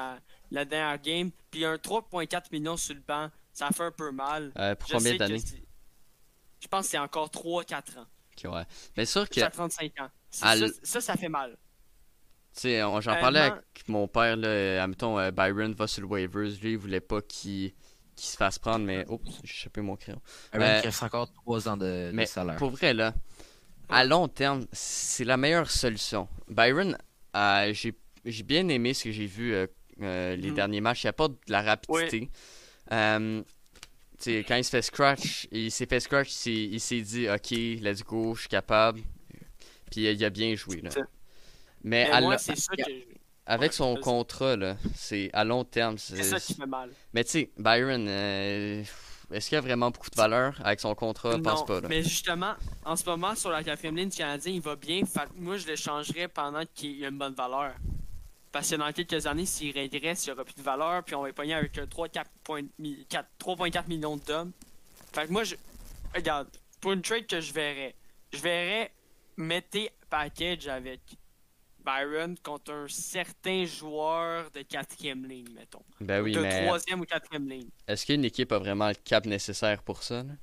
la dernière game. Puis un trois virgule quatre millions sur le banc, ça fait un peu mal. Euh, pour Je combien sais que d'années? c'est- Je pense que c'est encore trois quatre ans. Ok, ouais. Mais sûr que, Jusqu'à trente-cinq ans. C'est- à Ça, l- ça, ça fait mal. tu sais, on- j'en parlais Honnêtement- avec mon père, là, euh, admettons, euh, Byron va sur le waivers, lui, il voulait pas qu'il qu'il se fasse prendre, mais, oups, j'ai échappé mon crayon. Byron Euh, qui reste encore trois ans de, de Mais salaire. pour vrai, là, à long terme, c'est la meilleure solution. Byron, euh, j'ai j'ai bien aimé ce que j'ai vu euh, euh, les Mhm. derniers matchs. Il apporte de la rapidité. Euh, tu sais, quand il se fait scratch, il s'est fait scratch, il s'est- il s'est dit ok, let's go, je suis capable. Puis euh, il a bien joué. Là. C'est- Mais Mais à moi, lo- c'est ça que je- avec ouais, son vas-y. contrat, là, c'est à long terme. c'est ça qui fait mal. Mais tu sais, Byron, euh, est-ce qu'il a vraiment beaucoup de valeur avec son contrat? Je pense Non, pas. Là. mais justement, en ce moment, sur la quatrième ligne du Canadien, il va bien. Fait que moi, je le changerais pendant qu'il a une bonne valeur. Parce que dans quelques années, s'il régresse, il n'y aura plus de valeur. Puis on va y pogner avec un trois virgule quatre millions d'hommes. Fait que moi, je... regarde, pour une trade que je verrais, je verrais mettez package avec Byron contre un certain joueur de quatrième ligne, mettons. Ben oui, de mais troisième ou quatrième ligne. est-ce qu'une équipe a vraiment le cap nécessaire pour ça? Là?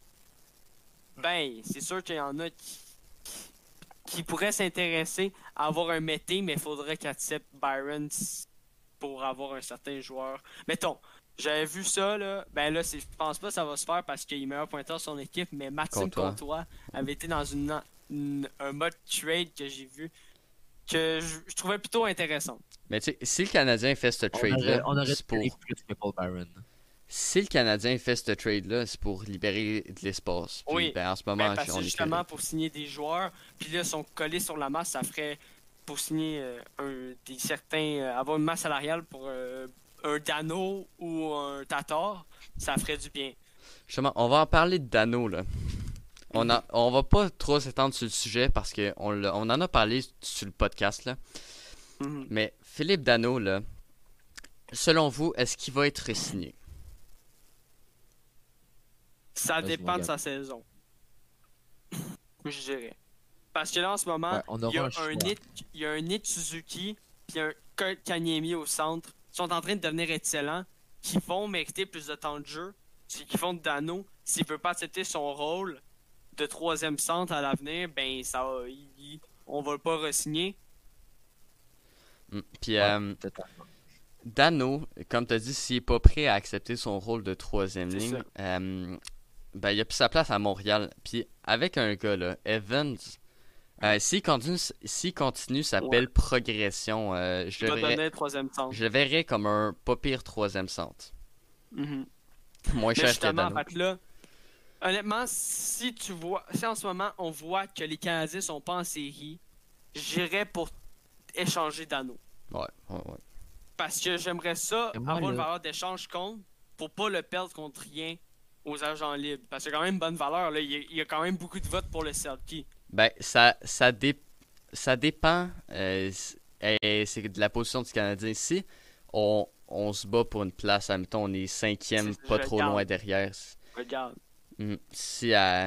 Ben, c'est sûr qu'il y en a qui, qui pourraient s'intéresser à avoir un mété, mais il faudrait qu'ils acceptent Byron pour avoir un certain joueur. Mettons, j'avais vu ça, là. Ben là, c'est- je pense pas que ça va se faire parce qu'il est meilleur pointeur de son équipe, mais Maxime Comtois. Comtois avait été dans une, une- un mode trade que j'ai vu que je, je trouvais plutôt intéressant. Mais tu sais, si le Canadien fait ce On aurait, trade-là, on aurait c'est pour... tenu plus que Paul Byron. Si le Canadien fait ce trade-là, c'est pour libérer de l'espace. Puis, Oui. ben, en ce moment, Ben, parce on que est justement, correct. pour signer des joueurs, puis là, ils sont collés sur la masse, ça ferait, pour signer euh, un, des certains, euh, avoir une masse salariale pour euh, un Dano ou un Tatar, ça ferait du bien. Justement, on va en parler de Dano, là. On, a, on va pas trop s'étendre sur le sujet parce qu'on on en a parlé sur le podcast, là. Mhm. Mais Philippe Dano, là, selon vous, est-ce qu'il va être signé? Ça Vas-y, dépend mon de gars. sa saison. Je dirais. Parce que là, en ce moment, Ouais, on il y, aura a un choix. un Nick, il y a un Nick Suzuki puis un Kurt Kanyemi au centre. Ils sont en train de devenir excellents, qui vont mériter plus de temps de jeu. C'est qui font de Dano. S'il veut pas accepter son rôle de troisième centre à l'avenir, ben ça va- il- il- on va pas re-signer. Mm. Puis, Ouais, euh, totalement. Dano, comme tu as dit, s'il n'est pas prêt à accepter son rôle de troisième C'est ligne, ça. euh, ben, il a plus sa place à Montréal. Puis avec un gars, là, Evans, euh, s'il continue, s'il continue sa Ouais. belle progression, euh, je, Il le va verrais, donner le troisième centre. je le verrais comme un pas pire troisième centre. Mhm. Moins Mais cher que justement, Dano. fait que là, honnêtement, si tu vois, si en ce moment on voit que les Canadiens sont pas en série, j'irais pour échanger Dano. Ouais, ouais, ouais. Parce que j'aimerais ça Et moi, avoir une là- valeur d'échange contre pour pas le perdre contre rien aux agents libres. Parce qu'il y a quand même une bonne valeur. Là. Il, y a, il y a quand même beaucoup de votes pour le Selkie. Ben, ça, ça, dé- ça dépend. euh, c- eh, c'est de la position du Canadien. Si on, on se bat pour une place, admettons, on est cinquième, C'est- pas je trop regarde. loin derrière. Regarde. Mm, Si à,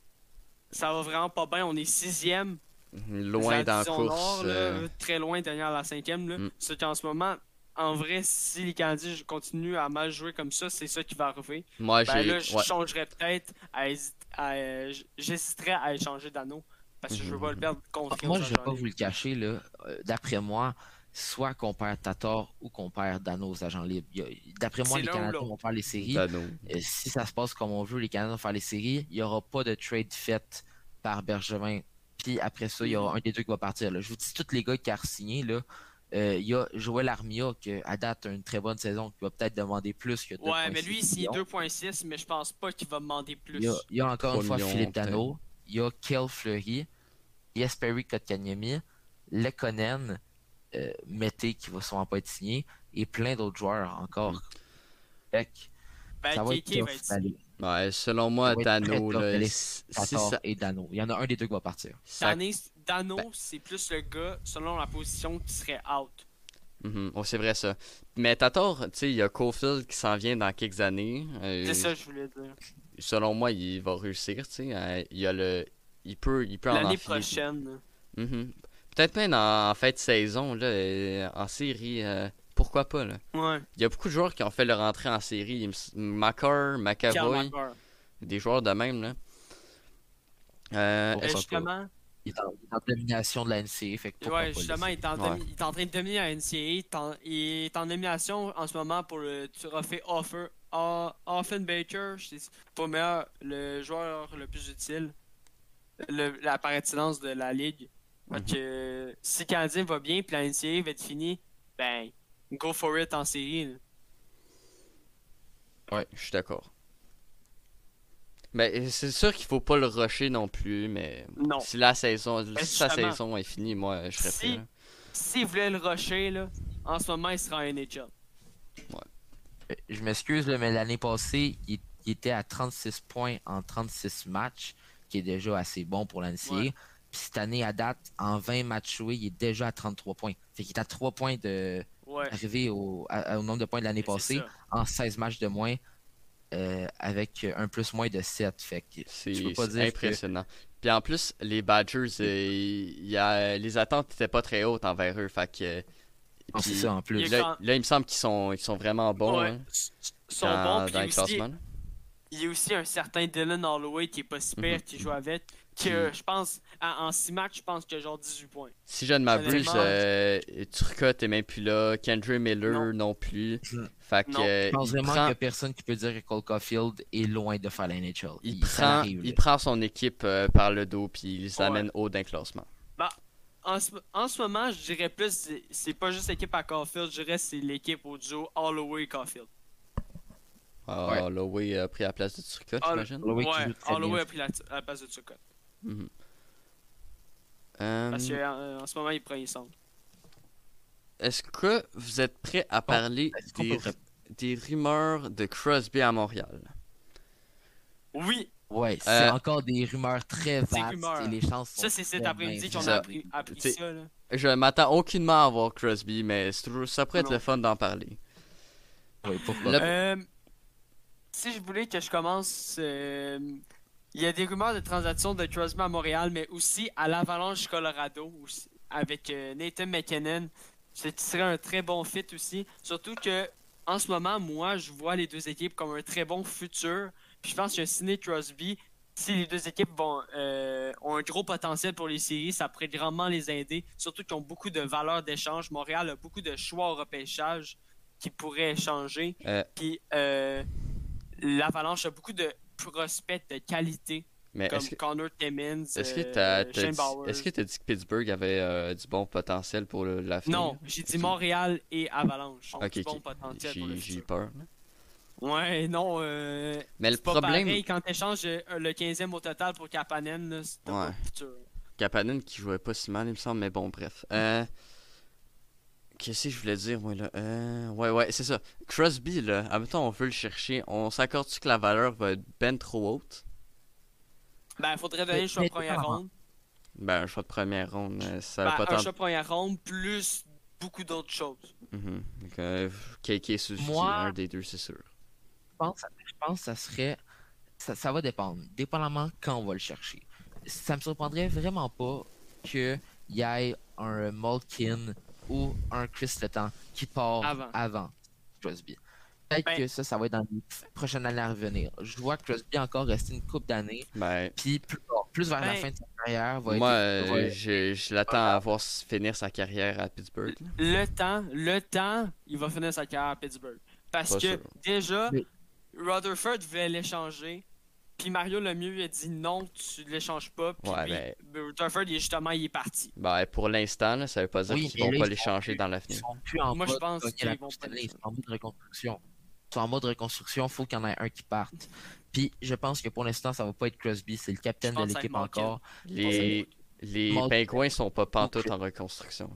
Ça va vraiment pas bien. On est sixième. loin la dans la division course. nord, là, euh, très loin derrière la cinquième. Là. Mm. C'est qu'en ce moment, en vrai, si les Canadiens continuent à mal jouer comme ça, c'est ça qui va arriver. moi, Ben j'ai. là, je ouais. changerais peut-être à, hési- à, euh, j- j'hésiterais à échanger Dano. Parce que je veux pas le perdre contre Moi, aux je vais agents pas libres. vous le cacher, là. Euh, D'après moi, soit qu'on perd Tatar ou qu'on perd Dano aux agents libres. Il y a- D'après moi, C'est les l'un ou Canadiens l'autre. vont faire les séries. Dano. Euh, si ça se passe comme on veut, les Canadiens vont faire les séries. Il n'y aura pas de trade fait par Bergevin. Puis après ça, il y aura un des deux qui va partir. Là. Je vous dis, tous les gars qui ont signé, là, euh, il y a Joël Armia qui, à date, a une très bonne saison, qui va peut-être demander plus que Ouais, mais lui, il signe millions. deux virgule six, mais je pense pas qu'il va demander plus. Il y a, il y a encore trois une fois millions, Philippe Dano, il y a Kel Fleury, Jesperi Kotkaniemi, Lekonen, euh, Mété qui va sûrement pas être signé, et plein d'autres joueurs encore. Fait que Ben, ça va être Kéké tough va être d'aller. Ouais, selon moi, Ça va être très Dano, tough là, d'aller si si Tatar ça, et Dano. Il y en a un des deux qui va partir. ça- Dano, Dano, Ben- c'est plus le gars, selon la position, qui serait out. Mhm, oh, c'est vrai ça. Mais Tatar, tu sais, il y a Caulfield qui s'en vient dans quelques années. euh, C'est ça que je voulais dire. Selon moi, il va réussir, tu sais. euh, il y a le. Il peut, il peut en L'année enfiler. prochaine. Mhm. Peut-être même en, en fin de saison, là, euh, en série. euh, pourquoi pas, là. Ouais. Il y a beaucoup de joueurs qui ont fait leur entrée en série. Il me s- Makar, Karl McAvoy, Makar. des joueurs de même, là. Euh, Pourquoi Euh, est-ce- pas? justement, Il est en, il est en domination de la N C A, fait que pourquoi ouais, pas justement, il laisser? est, en Ouais. domi- il est en train de dominer la N C A. Il est en, il est en nomination en ce moment pour le trophée Offer, O- Offenbaker. C'est pour meilleur, le joueur le plus utile. Le, la par excellence de la ligue. Fait Mhm. que si le Canadien va bien puis la N C A va être finie, ben, go for it en série. là. Ouais, je suis d'accord. Mais c'est sûr qu'il faut pas le rusher non plus, mais Non. si la saison, Ben, si sa justement, saison est finie, moi, je serais si- prêt, là. S'il voulait le rusher, là, en ce moment, il sera en N H L. Euh, Je m'excuse, là, mais l'année passée, il, il était à trente-six points en trente-six matchs, qui est déjà assez bon pour l'N C A. Ouais. Puis cette année, à date, en vingt matchs joués, il est déjà à trente-trois points. Fait qu'il est à trois points de Ouais. arriver au, à- au nombre de points de l'année Ben, c'est passée ça. en seize matchs de moins, euh, avec un plus moins de sept. Fait que C'est je peux pas c'est dire que impressionnant. Puis en plus, les Badgers, euh, il y a, les attentes n'étaient pas très hautes envers eux. Fait que. non, c'est Puis ça en plus. Il est là, là, il me semble qu'ils sont, ils sont vraiment bons, Ouais. hein, S- sont dans, bons, puis dans les aussi, classements, là. il y a aussi un certain Dylan Holloway qui est pas super, Mhm. qui joue avec, qui, Puis- euh, je pense, en six matchs, je pense qu'il a genre dix-huit points. Si je ne m'abuse, Honnêtement, euh, Turcotte est même plus là. Kendra Miller non, Non. plus. Je- Fait que. Non. euh, Je pense il vraiment prend, qu'il y a personne qui peut dire que Cole Caulfield est loin de faire la N H L. il, ça prend, arrive, il là. prend son équipe euh, par le dos puis il les Ouais. amène haut d'un classement. En ce, en ce moment, je dirais plus, c'est- c'est pas juste l'équipe à Caulfield, je dirais c'est l'équipe au duo Holloway-Caulfield. Ah, Ouais. Holloway a pris la place de Turcotte, Holl- j'imagine. Holloway qui Ouais, joue très Holloway bien. a pris la, la place de Turcotte. Mhm. Euh, Parce qu'en en ce moment, il prend les centres. Est-ce que vous êtes prêt à parler Est-ce qu'on des, peut- des rumeurs de Crosby à Montréal? Oui, Ouais, c'est Euh, encore des rumeurs très Des vastes rumeurs. et les chances sont ça c'est cet très après-midi minces. qu'on C'est a ça. appris, appris T'sais, ça. Là. Je m'attends aucunement à voir Crosby, mais c'est toujours, ça pourrait être Non. le fun d'en parler. Oui, pourquoi Le- pas. Euh, si je voulais que je commence, euh, il y a des rumeurs de transactions de Crosby à Montréal, mais aussi à l'Avalanche du Colorado, aussi, avec euh, Nathan McKinnon. Ce qui serait un très bon fit aussi. Surtout que en ce moment, moi, je vois les deux équipes comme un très bon futur. Puis je pense que Sidney Crosby, si les deux équipes vont, euh, ont un gros potentiel pour les séries, ça pourrait grandement les aider. Surtout qu'ils ont beaucoup de valeur d'échange. Montréal a beaucoup de choix au repêchage qui pourraient changer. Euh, Puis euh, l'Avalanche a beaucoup de prospects de qualité, mais comme est-ce que Connor Timmins, est-ce que euh, t'as t'as Shane dit, Bowers. est-ce que t'as dit que Pittsburgh avait euh, du bon potentiel pour le- l'avenir? Non, j'ai dit Montréal et Avalanche. ont Ok, du bon ok. potentiel pour le J'ai j'ai futur. peur. là. Ouais, non. Euh, Mais le c'est pas problème, pareil quand t'échanges euh, le quinzième au total pour Kapanen, là, c'est pas Ouais. le futur. Kapanen qui jouait pas si mal, il me semble, mais bon, bref. Euh, Qu'est-ce que je voulais dire, moi, là? Euh, ouais, ouais, c'est ça. Crosby, là, admettons, on veut le chercher. On s'accorde-tu que la valeur va être ben trop haute? Ben, il faudrait donner le choix Mais- première ronde. Ben, un choix de première ronde, euh, ça Ben, va pas un tant... choix première ronde plus beaucoup d'autres choses. Mhm. Donc, euh, K K Suzuki, Moi- un des deux, c'est sûr. Je pense, je pense que ça serait. Ça, ça va dépendre, dépendamment quand on va le chercher. Ça me surprendrait vraiment pas qu'il y ait un Malkin ou un Chris Letang qui part Avant. avant, Crosby. Peut-être Ben- que ça, ça va être dans les prochaines années à revenir. Je vois Crosby encore rester une coupe d'années, Ben, puis plus, plus vers la Ben- fin de sa carrière, va moi, être. euh, va- je, je l'attends à voir s- finir sa carrière à Pittsburgh. là. Le temps, le temps, il va finir sa carrière à Pittsburgh. Parce Pas que sûr. déjà, Mais- Rutherford voulait l'échanger. Puis Mario Lemieux il a dit non, tu ne l'échanges pas. Puis Ouais, lui, mais- Rutherford, il est justement, il est parti. Ben, pour l'instant, là, ça veut pas dire Oui, qu'ils mais vont là, pas ils l'échanger sont dans Ils l'avenir. sont plus en Moi, je mode pense gagner qu'ils la vont Coupe pas Stanley, le ils sont en mode reconstruction. Ils sont en mode reconstruction, faut qu'il y en ait un qui parte. Puis je pense que pour l'instant, ça va pas être Crosby, c'est le capitaine Je de pense que ça va l'équipe être Malkin. encore. Les, les Malkin. Pingouins sont pas pantoute en reconstruction.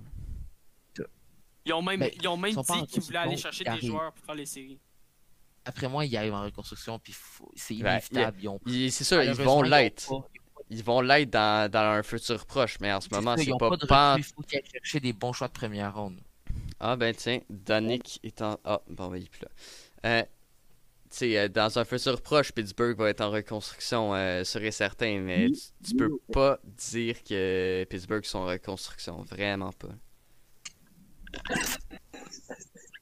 Ils ont même, Ben, ils ont même ils sont pas en dit qu'ils voulaient aller construction, chercher ils des arrivent. joueurs pour faire les séries. Après moi, ils arrivent en reconstruction, puis faut- c'est Ben, inévitable. Ils ont- Ils- C'est sûr, ils malheureusement, vont ils ont l'être. pas- Ils vont l'être dans, dans un futur proche, mais en ce c'est moment, ça, ils c'est ont pas pas de pan- recrues, il faut qu'ils aillent chercher des bons choix de première ronde. Ah ben tiens, Danick est en... Ah, bon, ben, il est plus là. Euh, tu sais, euh, dans un futur proche, Pittsburgh va être en reconstruction, euh, sûr et certain, mais tu, tu peux pas dire que Pittsburgh sont en reconstruction, vraiment pas.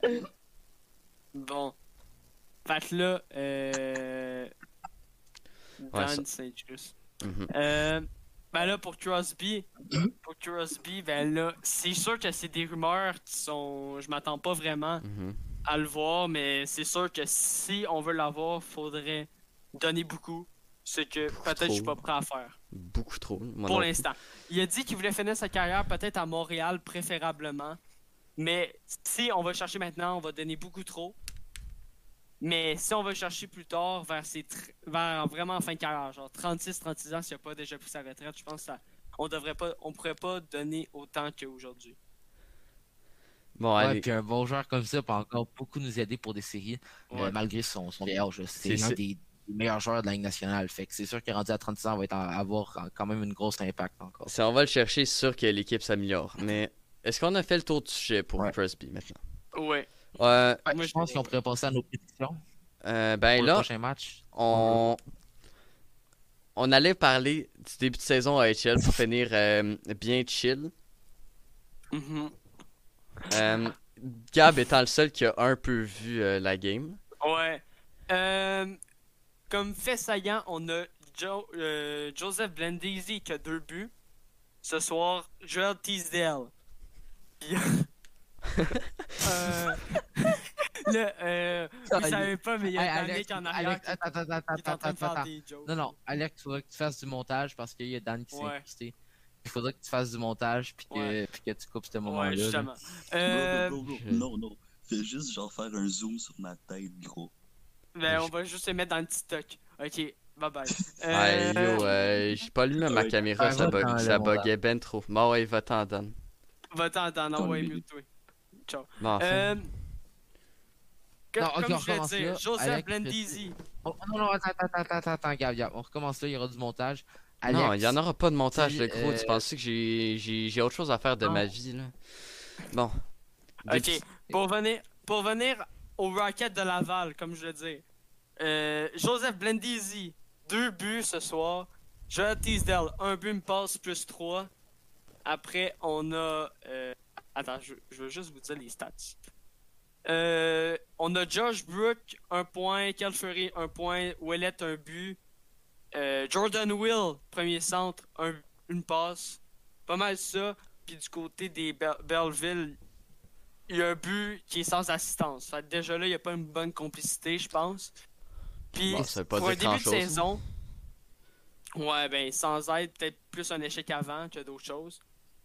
Bon. Fait que là, euh... Ouais, ça- Dan Saint-Just. Mhm. Euh... Ben là, pour Crosby, pour Crosby, ben là, c'est sûr que c'est des rumeurs qui sont... Je m'attends pas vraiment Mhm. à le voir, mais c'est sûr que si on veut l'avoir, faudrait donner beaucoup. Ce que Beaucoup peut-être je suis trop. pas prêt à faire. Beaucoup trop. Moi Pour non plus. l'instant. Il a dit qu'il voulait finir sa carrière peut-être à Montréal préférablement. Mais si on va chercher maintenant, on va donner beaucoup trop. Mais si on va chercher plus tard, vers ses tr- vers vraiment en fin de carrière, genre trente-six trente-six ans, s'il n'a pas déjà pris sa retraite, je pense que ça, on devrait pas, on pourrait pas donner autant qu'aujourd'hui. Bon, Ouais, allez. puis un bon joueur comme ça peut encore beaucoup nous aider pour des séries, euh, Ouais. malgré son, son vieil âge. C'est- C'est l'un c'est- des, des meilleurs joueurs de la Ligue nationale. Fait que c'est sûr qu'il est rendu à trente-six ans, il va être en- avoir quand même une grosse impact encore. Si on va le chercher, c'est sûr que l'équipe s'améliore. Mais est-ce qu'on a fait le tour du sujet pour Ouais. Crosby maintenant? Ouais. Euh, Ouais, Moi, je je- pense qu'on pourrait passer à nos prédictions euh, ben pour le là, prochain match. on... on allait parler du début de saison à H L pour finir euh, bien chill. Mhm. Euh, Gab étant le seul qui a un peu vu euh, la game. Ouais. Euh, comme fait saillant, on a Joe, euh, Joseph Blandisi qui a deux buts. Ce soir, Joel Teasdale. Puis- euh, le, euh, Ça, vous il- savez pas, mais il y a Hey, Danick Alex, en arrière Alex, qui, attends, attends, qui est en attends, train de attends, faire attends. des jokes. Non, non, Alex, il faudra que tu fasses du montage parce qu'il y a Dan qui s'est Ouais. incrusté. Il faudra que tu fasses du montage puis que, Ouais. puis que tu coupes ce moment-là. Ouais, là. justement. Bro, Euh, bro, bro, bro. je- Non, non. Fais juste genre faire un zoom sur ma tête, gros. ben, on va juste se mettre dans le petit stock. Ok, bye bye. Ouais, Euh, yo, euh, j'ai pas allumé ma Ouais. caméra, Ouais, ça, va-t'en, bug, là, ça mon buguait ben trop. Bon, ouais, va-t'en, Dan. Va-t'en, attends, non, Dans le ouais, milieu. mute-toi. Ciao. Bon, enfin. Euh, que- Non, ok, comme on je voulais recommence dire, là. Joseph Alex, Blandisi. Oh, non, non, attends, attends, attends, attends, attends, Gab, Gab. On recommence là, il y aura du montage. Alex, Non, il y en aura pas de montage, dis, le gros. euh, Tu penses que j'ai j'ai j'ai autre chose à faire de Non. ma vie, là? Bon. Des Ok, petits- pour venir, pour venir au Rocket de Laval, comme je le dis. Euh, Joseph Blandisi, deux buts ce soir. Joel Teasdale, un but, une passe, plus trois. Après, on a... euh, Attends, je, je veux juste vous dire les stats. Euh, on a Josh Brook, un point. Cal Fury, un point. Ouellet, un but. Euh, Jordan Will, premier centre, un, une passe. Pas mal ça. Puis du côté des Bel- Belleville, il y a un but qui est sans assistance. Fait que déjà là, il n'y a pas une bonne complicité, je pense. Puis Bon, ça veut pas pour un dire début de grand-chose, hein. saison, ouais, ben sans aide, peut-être plus un échec avant que d'autres choses.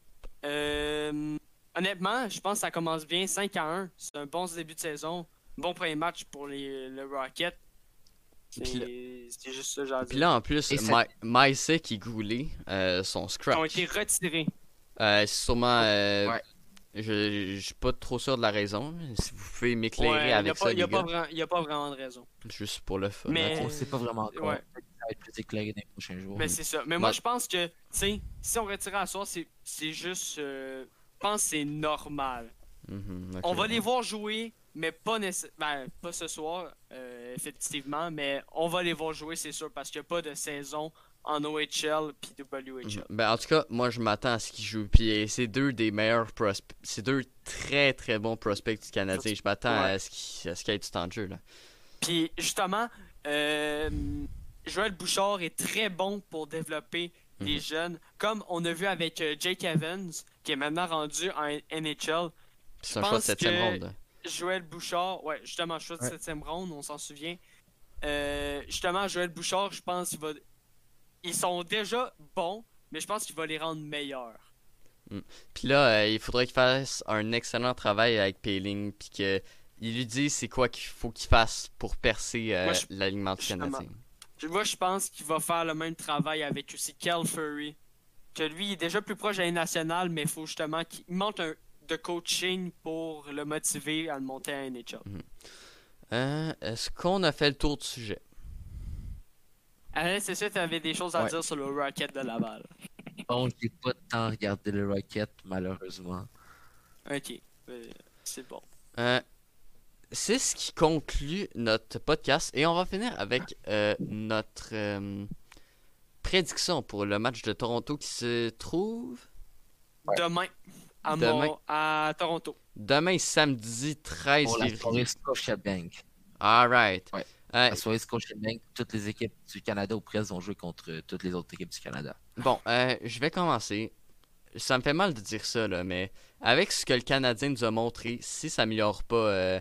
Euh, honnêtement, je pense que ça commence bien, cinq à un. C'est un bon début de saison. Bon premier match pour les, le Rocket. C'est Puis là- c'est juste ça, j'ai à Puis dire. là, en plus, Et ça- Maïsek qui Goulet, euh, son Ils ont scratch. été retirés. Euh, c'est sûrement. euh, Ouais. Je, je suis pas trop sûr de la raison. mais Si vous pouvez m'éclairer Ouais, il n'y a, avec pas- ça, y a les pas gars. vraiment- y a pas vraiment de raison. Juste pour le fun. Mais- ok. on sait pas vraiment encore. Ouais. Peut-être que ça va être plus éclairé dans les prochains jours. Mais c'est ça. Mais moi, Ouais. je pense que, tu sais, si on retirait à soir, c'est c'est juste. euh, je pense que c'est normal. Mhm, ok, On va ouais. les voir jouer, mais pas nécessairement. Ben, pas ce soir, euh, effectivement, mais on va les voir jouer, c'est sûr, parce qu'il n'y a pas de saison en O H L puis W H L. Mhm. Ben, en tout cas, moi, je m'attends à ce qu'ils jouent. Puis euh, c'est deux des meilleurs prospects. C'est deux très très bons prospects du Canadien. Je m'attends Ouais. à ce qu'il à ce qu'il y ait du temps de jeu, là. Puis, justement, euh, Joël Bouchard est très bon pour développer des Mhm. jeunes, comme on a vu avec euh, Jake Evans, qui est maintenant rendu en N H L. C'est un pense choix de septième que- ronde. là. Joël Bouchard, ouais, justement, choix de Ouais. septième ronde, on s'en souvient. Euh, justement, Joël Bouchard, je pense qu'il va. Ils sont déjà bons, mais je pense qu'il va les rendre meilleurs. Puis là, euh, il faudrait qu'il fasse un excellent travail avec Payling. Puis qu'il lui dise c'est quoi qu'il faut qu'il fasse pour percer euh, Moi, je- l'alignement du justement. Canadien. Je- Moi, je pense qu'il va faire le même travail avec aussi Cal Fury. Que lui, il est déjà plus proche de la nationale, mais il faut justement qu'il manque un, de coaching pour le motiver à le monter à N H L. Euh, Est-ce qu'on a fait le tour du sujet? Alain, c'est sûr que tu avais des choses à Ouais. dire sur le Rocket de Laval. Bon, j'ai pas tant regardé le Rocket, malheureusement. Ok, euh, c'est bon. Euh, c'est ce qui conclut notre podcast et on va finir avec euh, notre euh, prédiction pour le match de Toronto qui se trouve Demain, à, Demain. Mon- à Toronto. Demain, samedi treize Pour la soirée février. Scotiabank. Alright. Ouais. Euh, La soirée Scotiabank, toutes les équipes du Canada au press vont jouer contre euh, toutes les autres équipes du Canada. bon, euh, je vais commencer. Ça me fait mal de dire ça, là, mais avec ce que le Canadien nous a montré, si ça améliore pas, euh,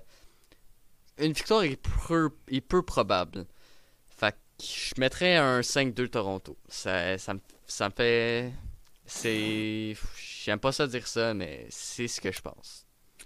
une victoire est peu, est peu probable. Fait que je mettrais un cinq deux Toronto. Ça, ça, me, ça me fait... C'est... J'aime pas ça dire ça, mais c'est ce que je pense.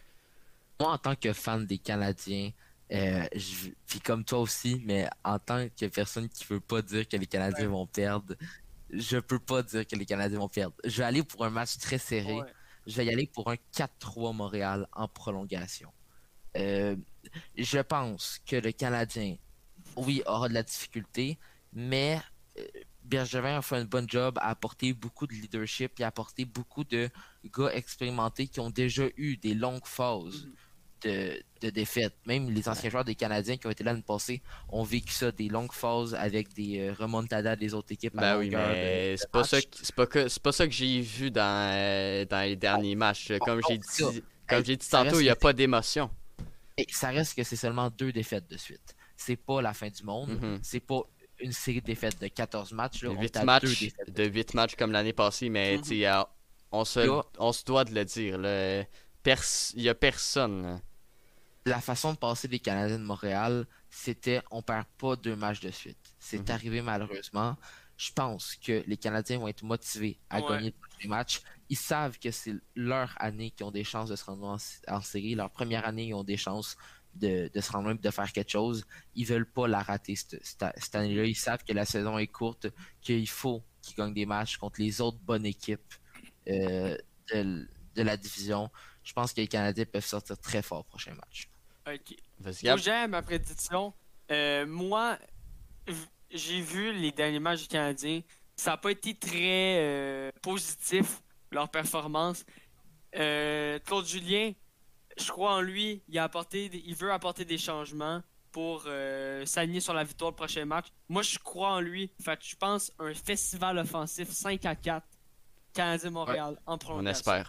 Moi, en tant que fan des Canadiens, euh, je- puis comme toi aussi, mais en tant que personne qui veut pas dire que les Canadiens Ouais. vont perdre, je peux pas dire que les Canadiens vont perdre. Je vais aller pour un match très serré. Ouais. Je vais y aller pour un quatre trois Montréal en prolongation. Euh, je pense que le Canadien, oui, aura de la difficulté, mais euh, Bergevin a fait un bon job à apporter beaucoup de leadership et à apporter beaucoup de gars expérimentés qui ont déjà eu des longues phases Mhm. de, de défaite. Même les anciens joueurs des Canadiens qui ont été là l'année passée ont vécu ça, des longues phases avec des euh, remontadas des autres équipes à Ben oui, longueur de- mais de c'est pas ça, match. que- c'est pas que c'est pas ça que j'ai vu dans, euh, dans les derniers matchs. Comme bon, j'ai c'est ça. dit, comme Hey, j'ai dit ça tantôt, reste il y a que pas d'émotion. Et ça reste que c'est seulement deux défaites de suite. C'est pas la fin du monde. Mhm. C'est pas une série de défaites de quatorze matchs. Là. De On huit est à deux matchs, défaites. de huit matchs comme l'année passée, mais Mhm. tu sais, euh, on se, Là, on se doit de le dire. Là. Pers- Il y a personne. Là. la façon de passer les Canadiens de Montréal, c'était on perd pas deux matchs de suite. C'est Mhm. arrivé malheureusement. Je pense que les Canadiens vont être motivés à Ouais. gagner les matchs. Ils savent que c'est leur année qu'ils ont des chances de se rendre en, en série. Leur première année, ils ont des chances de, de se rendre même, de faire quelque chose. Ils veulent pas la rater cette, cette- cette année-là. Ils savent que la saison est courte, qu'il faut qu'ils gagnent des matchs contre les autres bonnes équipes euh, de, de la division. Je pense que les Canadiens peuvent sortir très fort au prochain match. Ok. Vas-y, Faut Gab. que j'aille ma prédiction. Euh, moi, v- j'ai vu les derniers matchs du Canadien. Ça n'a pas été très euh, positif, leur performance. Euh, Claude Julien, je crois en lui. Il, a apporté, des- il veut apporter des changements pour euh, s'aligner sur la victoire le prochain match. Moi, je crois en lui. Fait que je pense un festival offensif cinq à quatre. Canadien-Montréal en On prolongation. espère.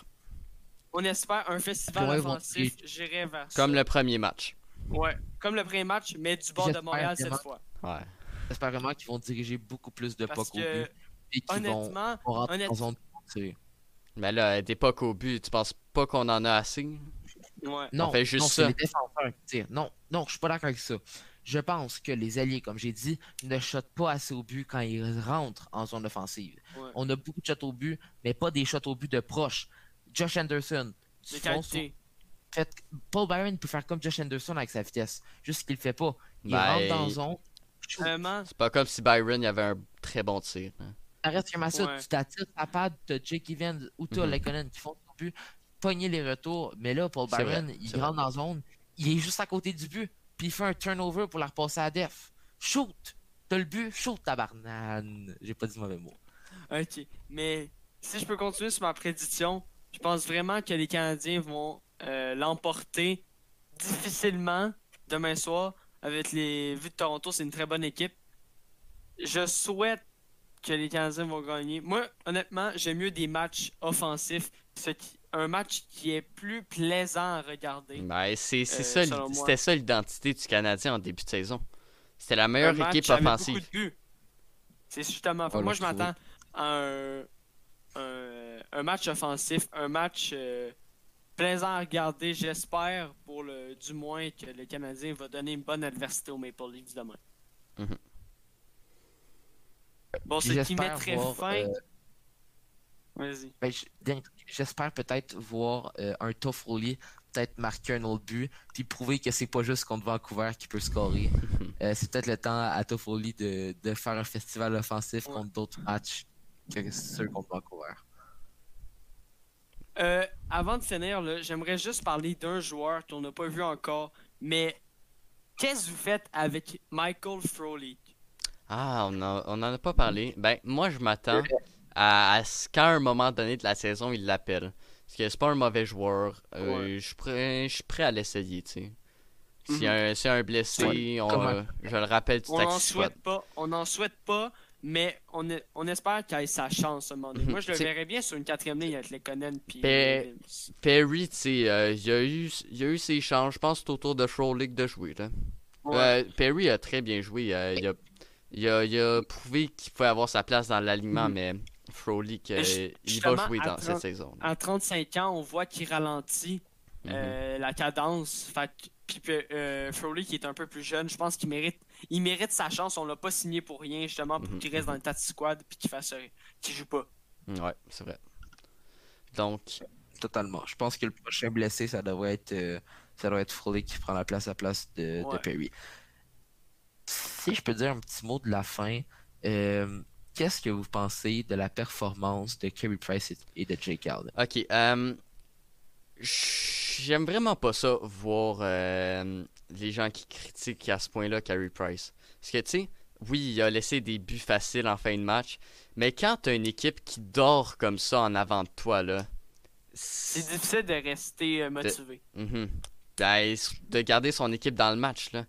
On espère un festival Comment ils vont offensif. J'irai vers ça. Comme le premier match. Ouais, comme le premier match, mais du bord de J'espère Montréal cette vraiment. fois. Ouais. J'espère vraiment qu'ils vont diriger beaucoup plus de Parce puck au que, but et qu'ils vont, honnêtement, vont rentrer honnête- en zone de tir. Mais là, des pucks au but, tu penses pas qu'on en a assez? ouais. Non, fait juste non, ça. c'est les défenseurs qui tirent. Non, non, je suis pas d'accord avec ça. Je pense que les alliés, comme j'ai dit, ne shotent pas assez au but quand ils rentrent en zone offensive. Ouais. On a beaucoup de shots au but, mais pas des shots au but de proche. Josh Anderson, De du fond sur- qualité. fait, Paul Byron peut faire comme Josh Anderson avec sa vitesse. Juste qu'il le fait pas. Il Ben, rentre dans la zone. shoot. Vraiment, C'est pas comme si Byron il avait un très bon tir. hein. Ça reste comme ça. Ouais. Tu t'attires ta pad, t'as Jake Evans ou t'as Mhm. Lekonen qui font ton but, pogner les retours. Mais là, Paul C'est Byron, vrai, il c'est rentre dans la zone, il est juste à côté du but, puis il fait un turnover pour la repasser à Def. Shoot! T'as le but, shoot tabarnane. J'ai pas dit mauvais mot. ok. Mais si je peux continuer sur ma prédiction, je pense vraiment que les Canadiens vont euh, l'emporter difficilement demain soir. Avec les vues de Toronto, c'est une très bonne équipe. Je souhaite que les Canadiens vont gagner. Moi, honnêtement, j'aime mieux des matchs offensifs. Ce qui- un match qui est plus plaisant à regarder. Ben, c'est c'est Euh, ça, selon l'id- moi. c'était ça l'identité du Canadien en début de saison. C'était la Un meilleure match équipe avec beaucoup offensive. de buts. C'est justement. On va moi, le je m'attends à un, un, un match offensif, un match euh, plaisant à regarder. J'espère, pour le du moins, que le Canadien va donner une bonne adversité aux Maple Leafs demain. Mhm. Bon, Puis ce qui j'espère mettrait voir, fin. euh, Vas-y. Ben, j- dernier truc, j'espère peut-être voir euh, un Toffoli peut-être marquer un autre but, puis prouver que c'est pas juste contre Vancouver qui peut scorer. Euh, c'est peut-être le temps à Toffoli de, de faire un festival offensif Ouais. contre d'autres matchs que ceux contre Vancouver. Euh, avant de finir, là, j'aimerais juste parler d'un joueur qu'on n'a pas vu encore. Mais qu'est-ce que vous faites avec Michael Frolik? Ah, on, a- on en a pas parlé. Ben, moi, je m'attends à, à ce qu'à un moment donné de la saison, il l'appelle. Parce que c'est pas un mauvais joueur. Euh, Ouais. Je suis prêt, je suis prêt à l'essayer, tu sais. S'il y Mhm. a un, s'il y a un blessé, Ouais, on, comme euh, je le rappelle du On n'en taxi spot. souhaite pas, on n'en souhaite pas, mais on, est- on espère qu'il ait sa chance à un moment donné. Mhm. Moi, je le T'sais- verrais bien sur une quatrième ligne avec Lekonen puis Ben, Williams. Perry, tu sais, euh, il a eu, il a eu ses chances. Je pense que c'est au tour de Frolic de jouer, là. Ouais. Euh, Perry a très bien joué. euh, il, a, il, a, il a prouvé qu'il pouvait avoir sa place dans l'alignement, Mhm. mais Frolic, euh, Mais ju- il va justement, jouer à dans trente cette saison. À trente-cinq ans, on voit qu'il ralentit Mhm. euh, la cadence. Fait que- puis euh, Froley, qui est un peu plus jeune, je pense qu'il mérite, il mérite sa chance. On l'a pas signé pour rien, justement, pour Mhm. qu'il reste dans le Tati Squad puis qu'il fasse, euh, qu'il joue pas. Ouais, c'est vrai. Donc, Totalement. Je pense que le prochain blessé, ça devrait être, euh, ça doit être Froley qui prend la place à place de, de Ouais. Perry. Si je peux dire un petit mot de la fin, euh, qu'est-ce que vous pensez de la performance de Carey Price et- et de Jake Allen? ok. euh, J'aime vraiment pas ça, voir euh, les gens qui critiquent à ce point-là Carey Price. Parce que, tu sais, oui, il a laissé des buts faciles en fin de match, mais quand t'as une équipe qui dort comme ça en avant de toi, là, C'est difficile de rester euh, motivé. Mhm. Ben, de garder son équipe dans le match, là.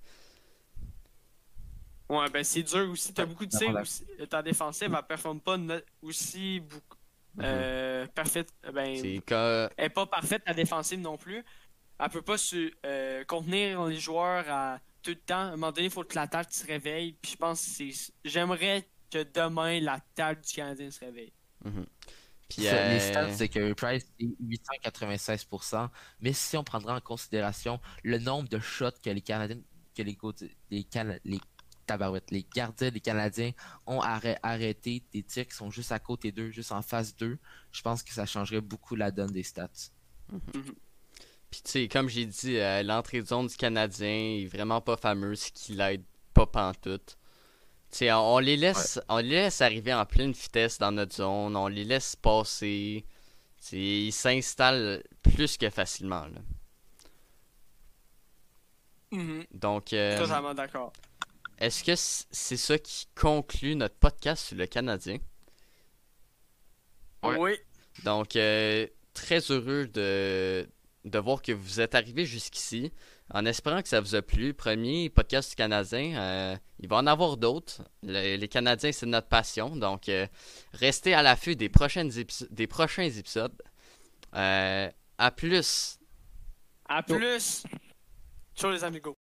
Ouais, ben c'est dur aussi. T'as Ouais, beaucoup de non, tirs la- aussi. Ta défensive, elle performe pas no- aussi beaucoup. Mhm. Euh, parfaite. Ben, C'est que... elle est pas parfaite, la défensive non plus. Elle peut pas se euh, contenir les joueurs à tout le temps. À un moment donné, il faut que l'attaque se réveille. Puis je pense que c'est. J'aimerais que demain, l'attaque du Canadien se réveille. Mhm. Puis, Ça, Les euh, stats de Carey Price, c'est huit cent quatre-vingt-seize pour cent. Mais si on prendra en considération le nombre de shots que les Canadiens, que les, côtés- les, Cana- les tabarouettes, les gardiens des Canadiens ont arrê- arrêté des tirs qui sont juste à côté d'eux, juste en face d'eux, je pense que ça changerait beaucoup la donne des stats. Puis, tu sais, comme j'ai dit, euh, l'entrée de zone du Canadien est vraiment pas fameuse, ce qui l'aide pas pantoute. Tu sais, on, on les laisse, on les laisse arriver en pleine vitesse dans notre zone, on les laisse passer. Tu sais, ils s'installent plus que facilement, là. Donc, euh, Totalement d'accord. est-ce que c- c'est ça qui conclut notre podcast sur le Canadien? Ouais. Oui. Donc, euh, très heureux de, de voir que vous êtes arrivés jusqu'ici. En espérant que ça vous a plu. Premier podcast du Canadien. euh, il va en avoir d'autres. Le- les Canadiens, c'est notre passion. Donc, euh, restez à l'affût des, prochaines épiso- des prochains épisodes. Euh, à plus! À plus. Ciao les amigos.